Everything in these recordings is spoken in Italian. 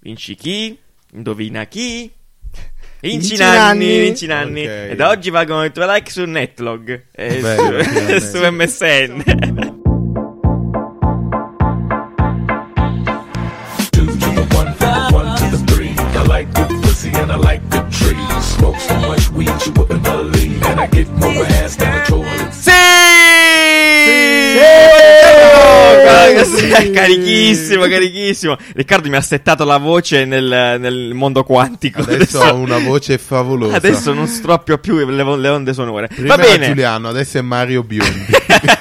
Vinci chi? Indovina chi? Vinci Nanni. Okay. E da oggi valgono i tuoi like su Netlog e Bello, su MSN. And I like good trees. Smoke so much weed you wouldn't believe. And I get more ass than a toilet. Sì! Carichissimo. Riccardo mi ha settato la voce nel mondo quantico. Adesso ho una voce favolosa. Adesso non stroppio più le onde sonore. Prima Va bene. Giuliano, adesso è Mario Biondi.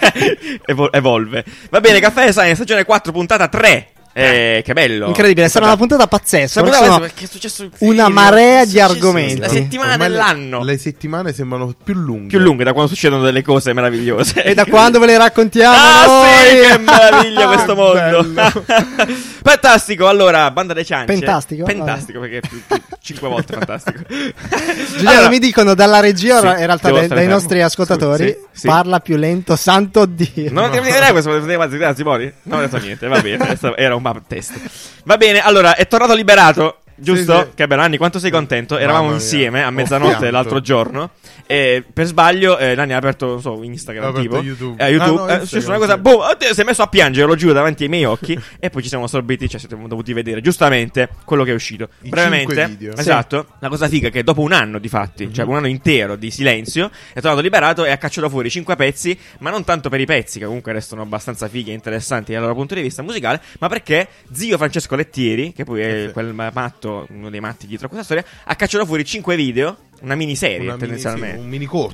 Evolve. Va bene, Caffè Design, stagione 4, puntata 3. Che bello. Incredibile, sarà una puntata pazzesca. Perché è successo una marea di argomenti. La settimana Ormai dell'anno. Le settimane sembrano più lunghe. Più lunghe da quando succedono delle cose meravigliose. E da quando ve le raccontiamo noi? Sì, che meraviglia questo mondo. Fantastico, allora, Banda dei Ciance. Pentastico, perché 5 volte fantastico. Giuliano, Allora, mi dicono dalla regia, sì, in realtà devo stare dai fermo. nostri ascoltatori, Sì. parla più lento, santo Dio. Non ti vedrai questo, Simoni? Non ho detto niente, va bene, era un bad test. Va bene, allora, è tornato Liberato, giusto? Sì. Che bello, Nanni, quanto sei contento? Eravamo Mamma mia. insieme a Ho mezzanotte pianto. l'altro giorno e per sbaglio Nanni ha aperto, non so, Instagram, Ha aperto tipo YouTube. YouTube, Ah, no, è successa una Instagram, cosa, sì. boom, oddio, si è messo a piangere, lo giuro, davanti ai miei occhi e poi ci siamo sorbiti, cioè siamo dovuti vedere giustamente quello che è uscito. I Brevemente, 5 video. esatto, la cosa figa è che dopo un anno di fatti, cioè un anno intero di silenzio, è tornato Liberato e ha cacciato fuori 5 pezzi, ma non tanto per i pezzi, che comunque restano abbastanza fighi e interessanti dal loro punto di vista musicale, ma perché zio Francesco Lettieri, che poi è quel matto, uno dei matti dietro a questa storia, ha cacciato fuori 5 video, una miniserie tendenzialmente. Un mini corto.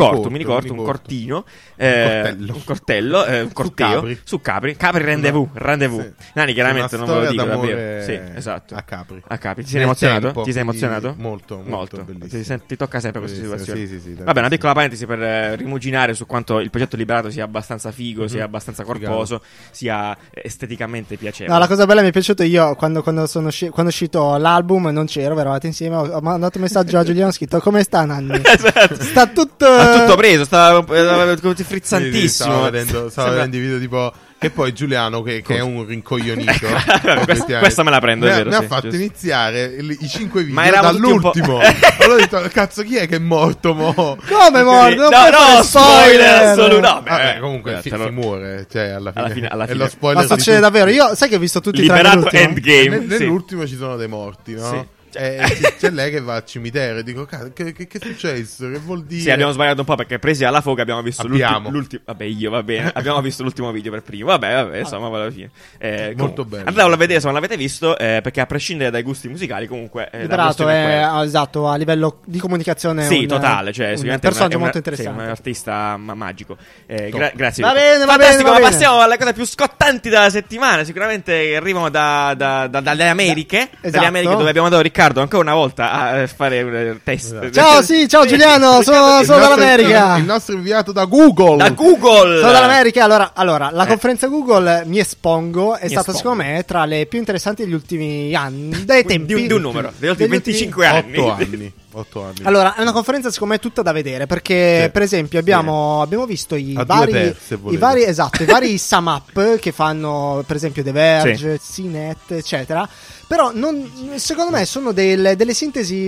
Un cortino, un cortello, un corteo su Capri. Capri rendezvous. Sì. Nani, chiaramente Una non ve lo storia dico d'amore davvero. Sì, esatto. a Capri. Ti sei Nel emozionato? tempo, Ti sei quindi emozionato? molto bellissimo. Ti tocca sempre queste Bellissimo, situazioni. sì, Vabbè, una piccola parentesi per rimuginare su quanto il progetto Liberato sia abbastanza figo, sia abbastanza corposo, sia esteticamente piacevole. No, la cosa bella mi è piaciuto io quando è uscito l'album, non c'ero, eravate insieme, ho mandato un messaggio a Giuliano, ho scritto: come sta Nanni? Esatto. Sta tutto Ha tutto preso, stava Sì, frizzantissimo. stavo vedendo i video tipo. E poi Giuliano, che è un rincoglionito, questa me la prendo, è vero, mi ha sì, fatto giusto. iniziare i 5 video Ma eravamo tutti un po'. dall'ultimo. Allora ho detto: cazzo, chi è che è morto mo? Come morto? Non puoi spoiler fare spoiler assoluto. No, Vabbè, comunque te lo- si muore, cioè alla fine alla è fine. lo spoiler. Ma sta di succedendo tutti. davvero? Io sai che ho visto tutti Liberato tranne l'ultimo. Endgame. Sì. Nell'ultimo ci sono dei morti, no? Sì. C'è lei che va al cimitero e dico: cazzo, che è successo? Che vuol dire? Sì, abbiamo sbagliato un po' perché presi alla foga abbiamo visto Abbiamo. l'ultimo. Vabbè, io va bene. Abbiamo visto l'ultimo video per primo. Vabbè, insomma, alla fine. Molto bello. Andatelo a vedere se non l'avete visto, perché a prescindere dai gusti musicali, comunque. la Liberato questione è quella. esatto, a livello di comunicazione. Sì, un- totale, cioè un sicuramente personaggio è molto sì, interessante. un artista magico. Grazie. Va Luca. bene, va Fantastico, bene, va ma bene. passiamo alle cose più scottanti della settimana. Sicuramente arrivano dalle Americhe. Esatto. Dalle Americhe, dove abbiamo dato Riccardo ancora una volta a fare un test. Ciao, ciao Giuliano, sono dall'America. Il nostro inviato da Google. Da Google. Sono dall'America. Allora, la conferenza Google, mi espongo, è stata secondo me tra le più interessanti degli ultimi anni, dai tempi Di un numero, degli ultimi 25 anni. 8 anni. Allora, è una conferenza secondo me tutta da vedere, perché Sì. per esempio abbiamo visto i A vari, due terze, volete. i vari sum up che fanno per esempio The Verge, CNET, eccetera. Però secondo me sono delle sintesi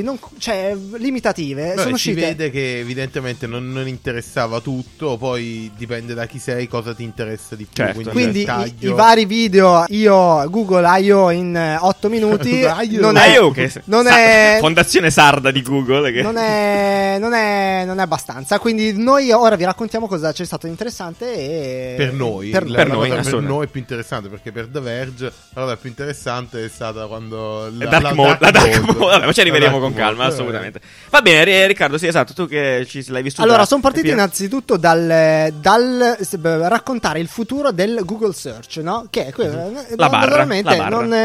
limitative. Beh, sono si uscite. vede che evidentemente non interessava tutto, poi dipende da chi sei, cosa ti interessa di più. Certo. Quindi il taglio. i vari video Google I.O. in 8 minuti non è, I.O. che non è Fondazione Sarda di Google che... non è abbastanza. Quindi noi ora vi raccontiamo cosa c'è stato interessante e Per noi, per la noi, cosa per assolutamente. noi è più interessante, perché per The Verge la cosa più interessante è stata quando La Dark Mode. Vabbè, ma ci arriveremo con calma, assolutamente. Va bene, Riccardo, sì, esatto, tu che l'hai visto. Allora, sono partiti innanzitutto dal raccontare il futuro del Google Search, no? Che è La barra. naturalmente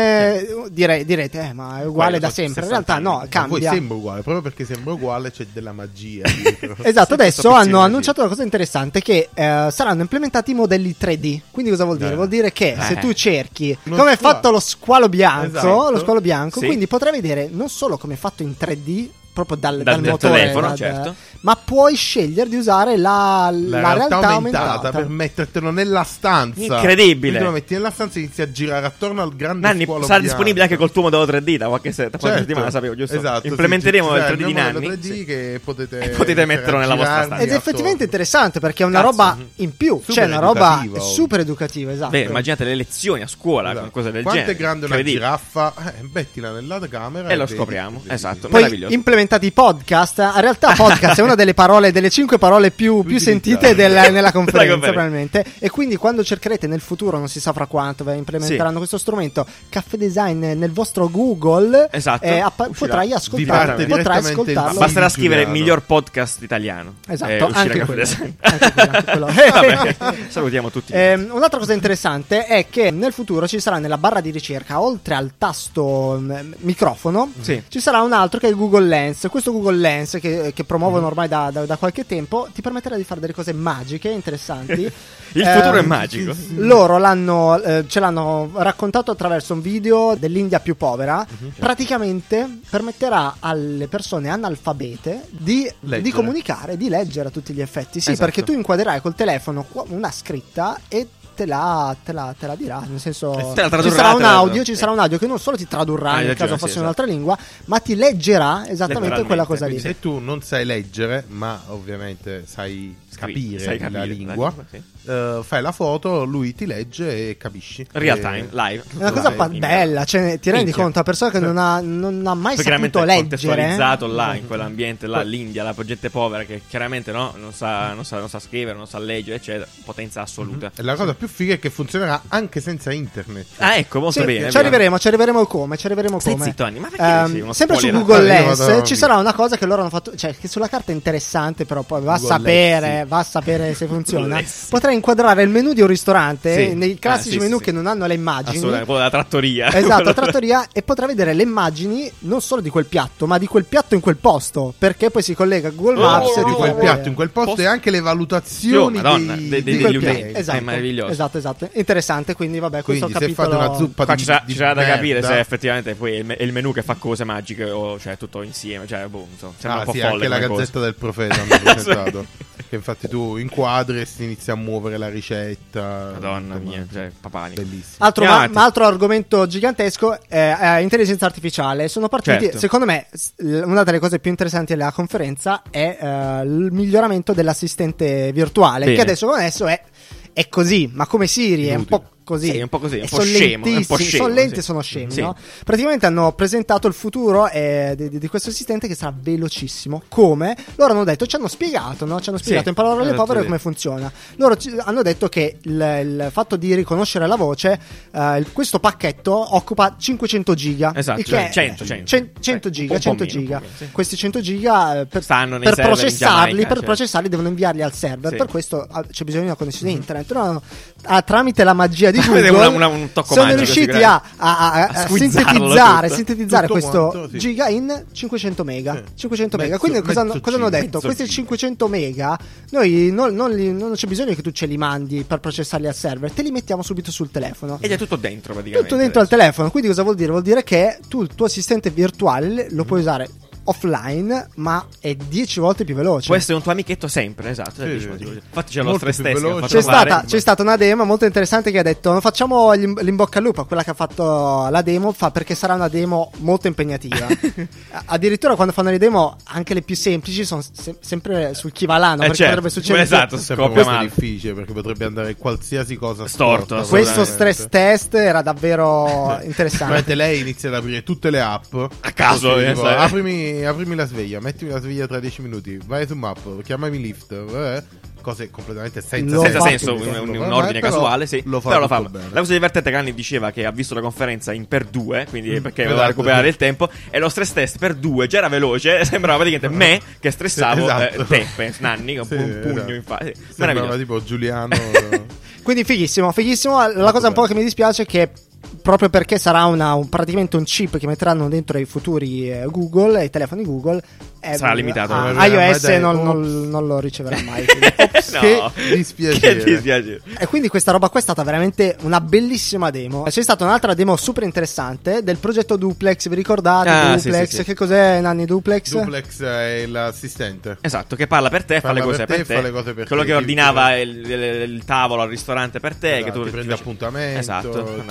direte, ma è uguale da sempre. In realtà no, Poi cambia. sembra uguale, proprio perché sembra uguale c'è della magia dietro. Esatto, adesso pezzo di hanno magia. annunciato una cosa interessante, che saranno implementati i modelli 3D. Quindi cosa vuol dire? Vuol dire che se tu cerchi come è fatto lo squalo bianco, Esatto. lo squalo bianco, Sì. quindi potrai vedere non solo come è fatto in 3D proprio dal Dal motore, telefono, certo. ma puoi scegliere di usare la realtà aumentata per mettertelo nella stanza. Incredibile. Quindi lo metti nella stanza e inizi a girare attorno al grande Nanni scuolo sarà bianco. disponibile anche col tuo modello 3D da qualche Certo. settimana, sapevo, giusto? Esatto, Implementeremo sì, il 3D mio di modello Nanni 3D sì. che potete metterlo nella vostra stanza. ed è effettivamente interessante perché è una Cazzo. roba in più, Super cioè una roba educativa, super educativa, esatto. Beh, immaginate le lezioni a scuola Esatto. con cose del Quanto genere. è grande una Incredibile. giraffa? Mettila nella camera E lo vedi scopriamo, tutti i esatto. Poi Meraviglioso. implementati i podcast, in realtà podcast è una delle parole, delle 5 parole più sentite nella conferenza probabilmente, e quindi quando cercherete nel futuro, non si sa fra quanto, implementeranno questo strumento, Caffè Design nel vostro Google, Esatto. potrai Vi ascoltarlo, parte potrai direttamente il ascoltarlo. Basterà scrivere Giuliano. miglior podcast italiano. Esatto, uscirà anche Caffè quello. Design. Anche quello. Vabbè, salutiamo tutti. Un'altra cosa interessante è che nel futuro ci sarà nella barra di ricerca, oltre al tasto microfono, Sì. ci sarà un altro che è il Google Lens. Questo Google Lens che promuovono ormai da qualche tempo ti permetterà di fare delle cose magiche, interessanti. Il futuro è magico. Loro ce l'hanno raccontato attraverso un video dell'India più povera. Praticamente permetterà alle persone analfabete di Leggere. comunicare, di leggere a tutti gli effetti. Sì, Esatto. perché tu inquadrerai col telefono una scritta e te la dirà, nel senso te la tradurrà, ci sarà un te la- audio, ci sarà un audio che non solo ti tradurrà Hai nel ragione, caso sì, fosse esatto. un'altra lingua, ma ti leggerà esattamente quella cosa lì. Se tu non sai leggere, ma ovviamente sai capire, Sai la capire lingua, sì. fai la foto, lui ti legge e capisci. Real E- time, live. È una cosa bella, cioè, ti rendi Minchia. conto, una persona che non ha mai Poi chiaramente saputo è leggere, contestualizzato là, in quell'ambiente là, l'India, la gente povera che chiaramente non sa scrivere, non sa leggere, eccetera. Potenza assoluta. E la cosa più figa è che funzionerà anche senza internet. Ah, ecco, molto Sì, bene. ci arriveremo come. Stai zitto, Anni, ma perché sei uno Sempre su spoiler? Google Io Lens vado ci via. sarà una cosa che loro hanno fatto, cioè che sulla carta è interessante, però poi va a Google sapere, Lens, sì. va a sapere se funziona. Lens. Potrai inquadrare il menu di un ristorante, Sì. nei classici Sì, menu sì. che non hanno le immagini. Assolutamente, quello della trattoria. Esatto, la trattoria, e potrai vedere le immagini non solo di quel piatto, ma di quel piatto in quel posto, perché poi si collega a Google Maps e Di ti quel fa piatto vedere. in quel posto Posto. e anche le valutazioni Oh, Madonna, degli degli quel utenti. utenti. Esatto, È meraviglioso. esatto, interessante, quindi vabbè, questo Quindi se capitolo fate una zuppa Qua di, ci sarà da merda, capire se effettivamente poi è il menù che fa cose magiche o cioè tutto insieme, cioè boh, insomma, sembra un po' sì, folle anche la come cosa. Gazzetta del Profeta hanno presentato. Che infatti tu inquadri e si inizia a muovere la ricetta. Madonna Insomma, mia, cioè papani. bellissimo. Altro argomento gigantesco è intelligenza artificiale. Sono partiti, Certo. secondo me, una delle cose più interessanti della conferenza è il miglioramento dell'assistente virtuale. Bene. Che adesso è così, ma come Siri è un po' così. Sì, è un po' così, è un E po' sono scemo, è un po' lentissimi, scemo, sono lenti sì. e sono scemi, Sì. no? Praticamente hanno presentato il futuro di questo assistente che sarà velocissimo. Come? Loro hanno detto, ci hanno spiegato in parole esatto, povere sì. come funziona. Loro hanno detto che il fatto di riconoscere la voce, questo pacchetto occupa 500 giga. Esatto, il che è 100 100 giga, un po' 100 meno, giga. un po' meno, sì. Questi 100 giga Stanno nei per server in processarli, Giamaica, per cioè. processarli devono inviarli al server. Sì. Per questo c'è bisogno di una connessione internet. Loro tramite la magia di Avete Google un tocco sono magico, riusciti sicuramente. a squizzarlo sintetizzare tutto questo quanto, sì. giga in 500 mega. Sì. 500 mega. Mezzo- Quindi cosa hanno mezzo detto? giga. Questi 500 mega noi non c'è bisogno che tu ce li mandi per processarli al server, te li mettiamo subito sul telefono. Ed è tutto dentro praticamente. Tutto dentro al telefono. Quindi cosa vuol dire? Vuol dire che tu il tuo assistente virtuale lo puoi usare offline, ma è 10 volte più veloce. Può essere un tuo amichetto sempre, esatto. Sì, dici, sì. infatti c'è lo Molto stress più test che veloce. ho fatto fare. C'è stata una demo molto interessante che ha detto: non facciamo l'imbocca al lupo a quella che ha fatto la demo, perché sarà una demo molto impegnativa. Addirittura quando fanno le demo, anche le più semplici, sono sempre sul chi va là, no? Perché certo. potrebbe succedere Esatto, Sembra scoppia molto male. difficile perché potrebbe andare qualsiasi cosa Storto, storta, questo veramente. stress test era davvero interessante. Veramente lei inizia ad aprire tutte le app A caso, così, tipo, sai. aprimi la sveglia, mettimi la sveglia tra 10 minuti, vai su Map, chiamami Lyft, cose completamente senza Lo senza fa senso, tutto. un ordine Però casuale, sì. lo fa Però lo tutto fa. bene. La cosa divertente è che Anni diceva che ha visto la conferenza in per 2, quindi perché voleva Esatto. recuperare il tempo. E lo stress test per 2 già era veloce. Sembrava praticamente me che stressavo Esatto. te, Nanni, con Sì, un pugno esatto. in faccia. Sì, Sembrava meraviglioso. tipo Giuliano. Quindi fighissimo. La cosa un po' che mi dispiace è che proprio perché sarà praticamente un chip che metteranno dentro i futuri Google, i telefoni Google. Sarà limitato. iOS non lo riceverà mai. Che dispiacere. E quindi questa roba qua è stata veramente una bellissima demo. C'è stata un'altra demo super interessante del progetto Duplex. Vi ricordate Duplex? Sì. Che cos'è, Nanni, Duplex? Duplex è l'assistente. Esatto, che parla per te, fa le cose per te. Fa le cose per quello te, che ordinava il tavolo al ristorante per te. Esatto, che tu ti prendi appuntamento. Esatto.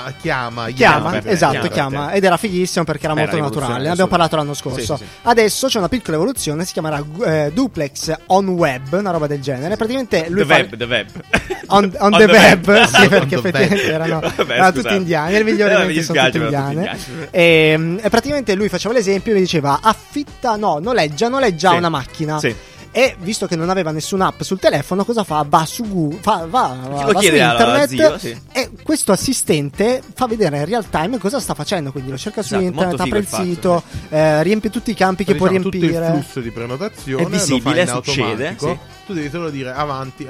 Chiama. Ed era fighissimo perché era molto naturale. Ne abbiamo parlato l'anno scorso. Sì. Adesso c'è una piccola evoluzione. Si chiamerà Duplex on Web, una roba del genere. Praticamente lui The web. On the web, sì, perché effettivamente erano tutti indiani. Il migliore eventi sono tutti indiani. E praticamente lui faceva l'esempio e diceva: noleggia sì. una macchina. Sì. E visto che non aveva nessuna app sul telefono, cosa fa? Va su Google, va su chiede internet zio, sì. e questo assistente fa vedere in real time cosa sta facendo. Quindi lo cerca su internet, apre il sito, riempie tutti i campi che può riempire. Tutto il flusso di prenotazione è visibile, lo fa in succede. automatico. Sì. Tu devi solo dire avanti.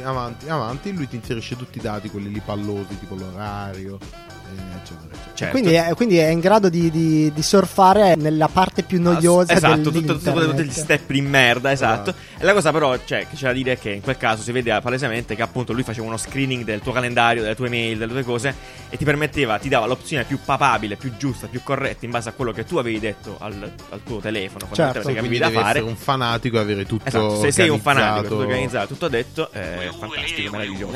Lui ti inserisce tutti i dati, quelli lì pallosi, tipo l'orario, eccetera. Certo. Quindi è in grado di surfare nella parte più noiosa tutti gli step in merda, esatto. E la cosa però, che c'è da dire è che in quel caso si vede palesemente che appunto lui faceva uno screening del tuo calendario, delle tue mail, delle tue cose, e ti dava l'opzione più papabile, più giusta, più corretta in base a quello che tu avevi detto al tuo telefono, certo, che avevi da fare. Essere un fanatico e avere tutto esatto. Se sei un fanatico, tutto organizzato, tutto detto, è fantastico, meraviglioso.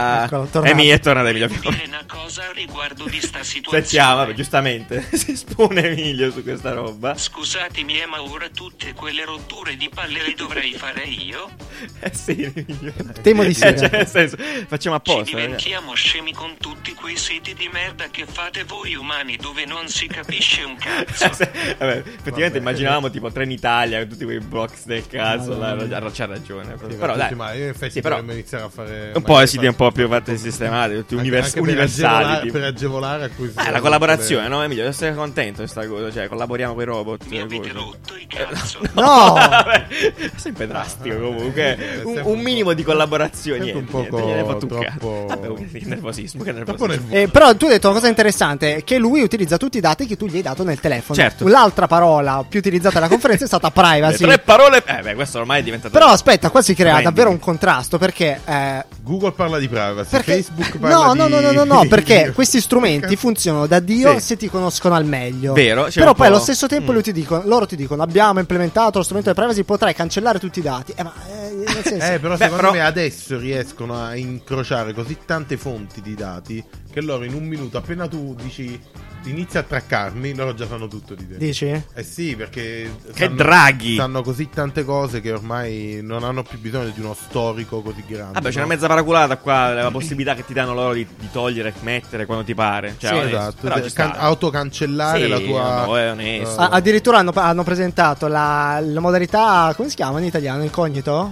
Emilio è tornato. Dire una cosa riguardo di sta situazione. Sentiamo, giustamente si espone Emilio su questa roba. Scusatemi, ma ora tutte quelle rotture di palle le dovrei fare io? Sì, Emilio. Temo di sì. Nel senso, facciamo apposta. Ci diventiamo scemi con tutti quei siti di merda che fate voi umani dove non si capisce un cazzo. Effettivamente immaginavamo tipo Trenitalia, tutti quei box del cazzo. C'ha ragione. Sì, però dai. Io in effetti dovremmo iniziare a fare un po' un po' più fatti sistemati, tutti universali. Per agevolare acquisire. La collaborazione, no Emilio? Devo essere contento di questa cosa. Cioè, collaboriamo con i robot. Mi avete rotto il cazzo. No! Sempre drastico comunque. Un minimo di collaborazione. Un po' troppo. Che nervosismo. Però tu hai detto una cosa interessante: che lui utilizza tutti i dati che tu gli hai dato nel telefono. Certo. L'altra parola più utilizzata alla conferenza è stata privacy. Le 3 parole. Questo ormai è diventato. Però aspetta, qua si crea davvero un contrasto perché Google parla di privacy, Facebook parla No, perché questi strumenti funzionano da Dio se ti conoscono al meglio. Vero, però poi allo stesso tempo loro ti dicono abbiamo implementato lo strumento di privacy, potrai cancellare tutti i dati. Nel senso, però secondo me adesso riescono a incrociare così tante fonti di dati che loro in un minuto, appena tu dici inizia a traccarmi, loro già sanno tutto di te. Dici? Eh sì, perché draghi sanno così tante cose che ormai non hanno più bisogno di uno storico così grande. Vabbè, c'è una mezza paraculata qua, la possibilità che ti danno loro di togliere e mettere quando ti pare. Cioè, esatto, autocancellare la tua. No, è onesto. Addirittura hanno presentato la modalità, come si chiama in italiano? Incognito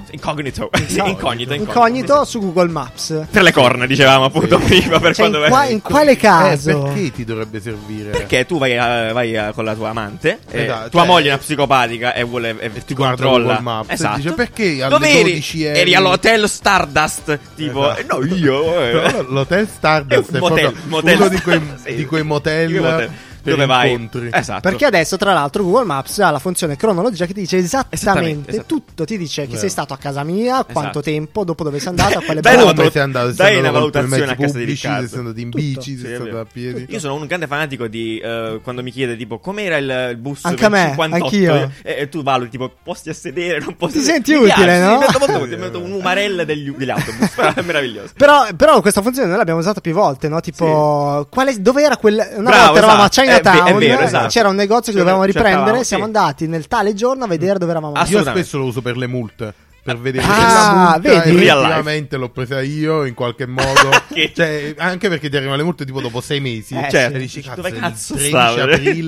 su Google Maps. Per le corna, dicevamo appunto prima. Per quando in quale caso? Perché ti dovrebbe servire? Perché tu vai con la tua amante, esatto, tua moglie è una psicopatica e ti controlla. Maps, esatto. Dice perché alle dove 12 eri all'hotel Stardust, tipo esatto. No, io l'hotel Stardust è motel. uno di quei motel dove vai incontri. Esatto. Perché adesso tra l'altro Google Maps ha la funzione cronologia che ti dice esattamente tutto, ti dice che sei stato a casa mia, quanto tempo, dopo dove sei andato, a quale dove sei andato, dai una valutazione a casa di Riccardo, sei andato in bici, sei stato a piedi. Io sono un grande fanatico di quando mi chiede tipo com'era il bus anche a me, 58 anch'io. E tu valuti tipo posti a sedere, non posti. Ti senti utile, no? Ti metto un umarell degli autobus. È meraviglioso. Però questa funzione noi l'abbiamo usata più volte, no? Tipo dove era quel volta eravamo a Chinatown, è vero, esatto. C'era un negozio che dovevamo riprendere, siamo andati nel tale giorno a vedere dove eravamo. Io spesso lo uso per le multe, per vedere vedi? Effettivamente l'ho presa io in qualche modo. Cioè, anche perché ti arrivano le multe tipo dopo 6 mesi. Certo. E dici dove cazzo il 13 aprile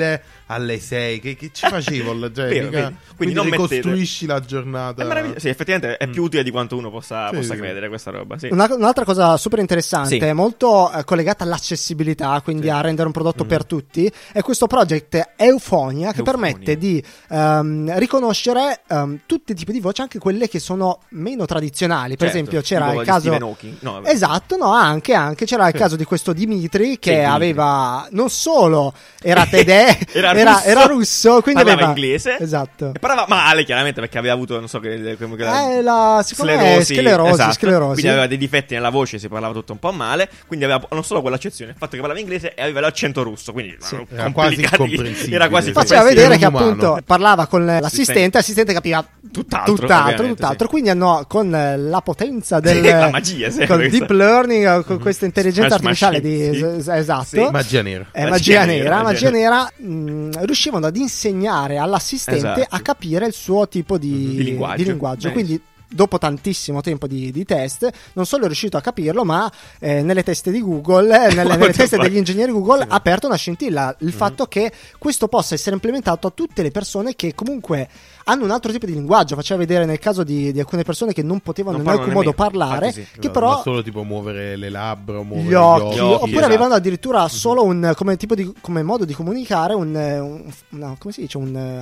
alle 6, che ci facevo? Cioè, Vero, mica, vedi. Quindi non mettete. costruisci la giornata. È meraviglioso. Sì, effettivamente è più utile di quanto uno possa credere questa roba. Sì. Un'altra cosa super interessante, Sì. molto collegata all'accessibilità, quindi a rendere un prodotto per tutti, è questo project Euphonia che permette di riconoscere tutti i tipi di voci, anche quelle che sono meno tradizionali. Per esempio c'era tipo il di caso Stephen Hawking. No, esatto, no, anche c'era il caso di questo Dimitri che Dimitri. aveva non solo era tedesco, era russo, quindi parlava aveva inglese. Esatto. E parlava male, chiaramente, perché aveva avuto, non so che secondo me sclerosi. Quindi aveva dei difetti nella voce, si parlava tutto un po' male, quindi aveva non solo quell'accezione, il fatto che parlava inglese e aveva l'accento russo, quindi era quasi incomprensibile. Era quasi faceva Sì, vedere che era un umano. appunto parlava con l'assistente capiva tutt'altro, quindi hanno con la potenza del la magia, col deep learning, con questa intelligenza Smash artificiale machine, sì. esatto, Sì. Magia nera. magia nera, riuscivano ad insegnare all'assistente a capire il suo tipo di linguaggio. Quindi dopo tantissimo tempo di test, non solo è riuscito a capirlo, ma nelle teste di Google, nelle teste degli ingegneri Google, ha aperto una scintilla. Il fatto che questo possa essere implementato a tutte le persone che comunque hanno un altro tipo di linguaggio. Faceva vedere nel caso di alcune persone che non potevano in alcun modo parlare, che però ma solo tipo muovere le labbra, muovere gli occhi, oppure esatto. avevano addirittura solo un come modo di comunicare come si dice, un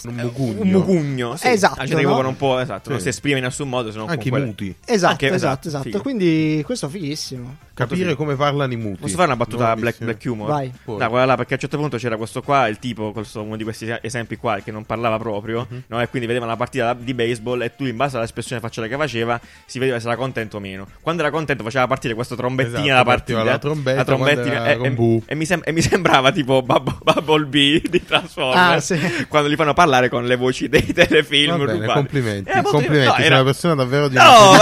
mugugno, sì. Esatto, cioè, no? non può, esatto, non si esprime in nessun modo, se non anche i muti. Esatto. Figo. Quindi questo è fighissimo. Capire come parlano i muti. Posso fare una battuta black humor? Vai. No, quella là, perché a un certo punto c'era questo qua, il tipo, uno di questi esempi qua, che non parlava proprio, no? E quindi vedeva una partita di baseball e tu, in base all'espressione facciale che faceva, si vedeva se era contento o meno. Quando era contento faceva partire questo trombettina da partita, la trombettina e mi sembrava tipo Bumblebee di Transformers, quando li fanno parlare con le voci dei telefilm. Va bene, complimenti, no, sei una persona davvero di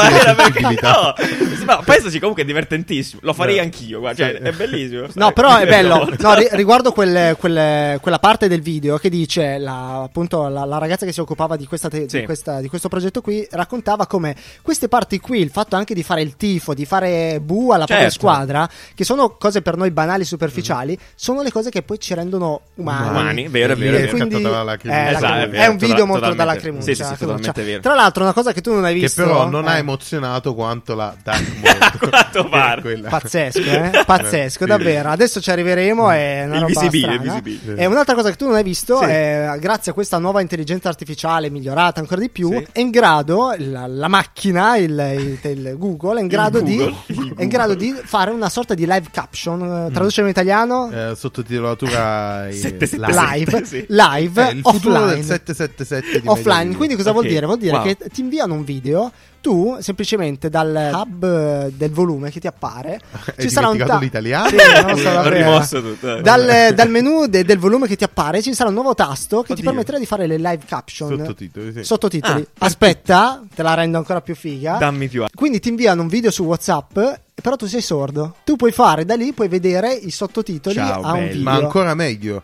no, pensaci, comunque è divertentissimo. Lo farei anch'io, guarda, cioè, è bellissimo. No, però è bello. No, riguardo quella parte del video che dice appunto la ragazza che si occupava di questo progetto qui, raccontava come queste parti qui, il fatto anche di fare il tifo, di fare bu alla propria squadra, che sono cose per noi banali, superficiali, sono le cose che poi ci rendono umani. Vero. Quindi Esatto, è un video molto da lacrimuccia. Sì, totalmente vero. Tra l'altro, una cosa che tu non hai visto, che però non ha emozionato quanto la Dark Mode. Quanto pare. Pazzesco, davvero. Adesso ci arriveremo, è una roba strana. E un'altra cosa che tu non hai visto è, grazie a questa nuova intelligenza artificiale migliorata ancora di più, è in grado la macchina, il Google è in grado di fare una sorta di live caption, traducere in italiano, sottotitolatura live il futuro offline, del 777 di offline. Quindi cosa vuol dire? Vuol dire Wow. che ti inviano un video, tu semplicemente dal hub del volume che ti appare ci sarà un l'italiano? Sì, non lo so, Ho davvero. rimosso tutto. Dal menu del volume che ti appare ci sarà un nuovo tasto che ti permetterà di fare le live caption, sottotitoli. Aspetta, te la rendo ancora più figa. Dammi più. Quindi ti inviano un video su WhatsApp, però tu sei sordo. Tu puoi fare da lì, puoi vedere i sottotitoli a un video. Ma ancora meglio,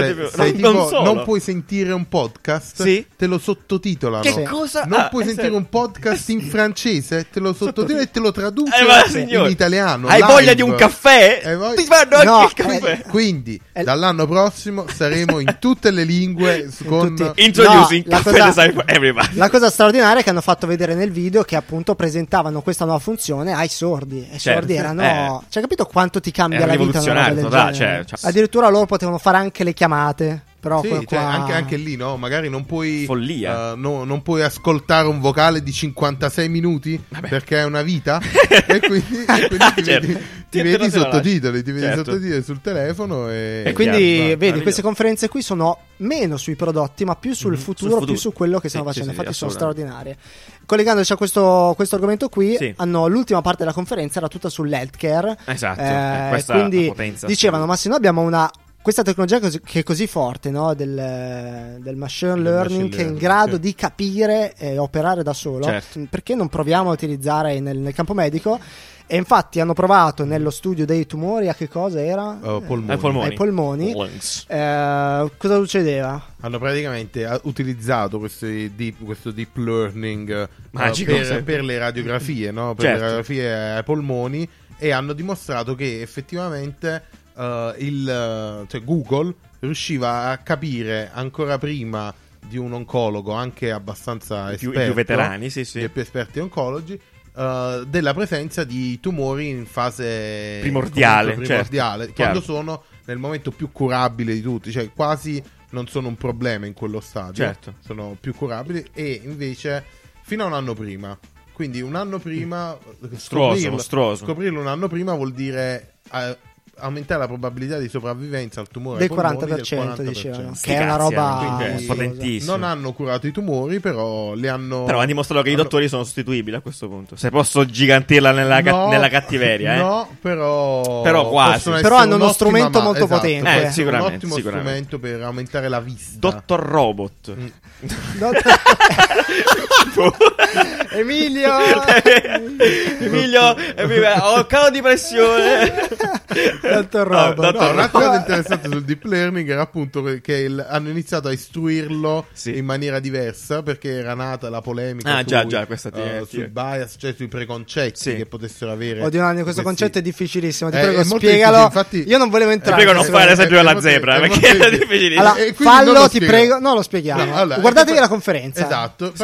non puoi sentire un podcast, te lo sottotitolano. Che cosa? Non puoi sentire un podcast in francese, te lo sottotitolano e te lo traduce in italiano. Hai voglia di un caffè? Ti fanno anche il caffè. Quindi dall'anno prossimo saremo in tutte le lingue con Introducing Caffè Design for Everybody. La cosa straordinaria è che hanno fatto vedere nel video che appunto presentavano questa nuova funzione ai sordi. E sordi erano, cioè, capito quanto ti cambia la vita una roba del genere? Addirittura loro potevano fare anche le chiamate. Però anche lì, no? Magari non puoi. Follia. Non puoi ascoltare un vocale di 56 minuti perché è una vita. e quindi ti vedi i sottotitoli. Ti vedi i sottotitoli sul telefono. E quindi vedi, queste conferenze qui sono meno sui prodotti, ma più sul futuro, più su quello che stiamo facendo. Infatti, sono straordinarie. Collegandoci a questo argomento qui, hanno l'ultima parte della conferenza era tutta sull'healthcare. Esatto. Quindi dicevano: ma se noi abbiamo questa tecnologia che è così forte, no? del machine learning, che è in grado di capire e operare da solo, perché non proviamo a utilizzare nel campo medico? E infatti hanno provato nello studio dei tumori a che cosa era? Ai polmoni. Cosa succedeva? Hanno praticamente utilizzato questo deep learning magico per le radiografie, no? Per le radiografie ai polmoni, e hanno dimostrato che effettivamente cioè Google riusciva a capire ancora prima di un oncologo, anche abbastanza esperto, più veterani, sì. più esperti oncologi, della presenza di tumori in fase primordiale, quando certo, sono nel momento più curabile di tutti, cioè quasi non sono un problema in quello stadio, certo, sono più curabili, e invece fino a un anno prima, quindi un anno prima, scoprirlo un anno prima vuol dire aumentare la probabilità di sopravvivenza al tumore del ai polmoni 40%, del 40%. Che è una roba potentissima. Non hanno curato i tumori, però li hanno. Però hanno dimostrato che i dottori sono sostituibili a questo punto. Se posso gigantirla nella cattiveria, No, però quasi. Però hanno uno strumento molto potente. Sicuramente, un ottimo strumento per aumentare la vista. Dottor Robot. Emilio, ho calo di pressione. Dottor Robot. Un'altra cosa interessante sul deep learning era appunto che hanno iniziato a istruirlo in maniera diversa, perché era nata la polemica sul bias, cioè sui preconcetti che potessero avere. Oddio, questo concetto è difficilissimo. Ti prego, spiegalo. Infatti, io non volevo entrare. Ti prego, non fare l'esempio della zebra, perché era difficilissimo. Allora, fallo, ti prego. No, lo spieghiamo. Allora, guardatevi la conferenza. Esatto.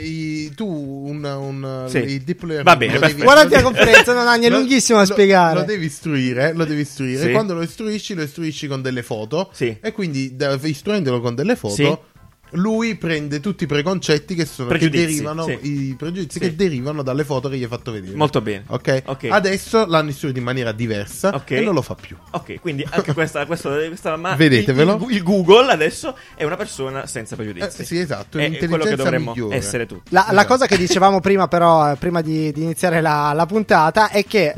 Tu il deep learning. Va bene, guardate la conferenza, non è lunghissimo da spiegare. Lo devi istruire. Sì. Quando lo istruisci con delle foto. Sì. E quindi istruendolo con delle foto, lui prende tutti i preconcetti che derivano, i pregiudizi che derivano dalle foto che gli hai fatto vedere. Molto bene. Ok. Adesso l'hanno istruito in maniera diversa e non lo fa più. Ok, quindi anche questa vedetevelo. Il Google adesso è una persona senza pregiudizi. Sì, esatto, è quello che dovremmo essere tutti. La cosa che dicevamo prima, però, prima di iniziare la puntata, è che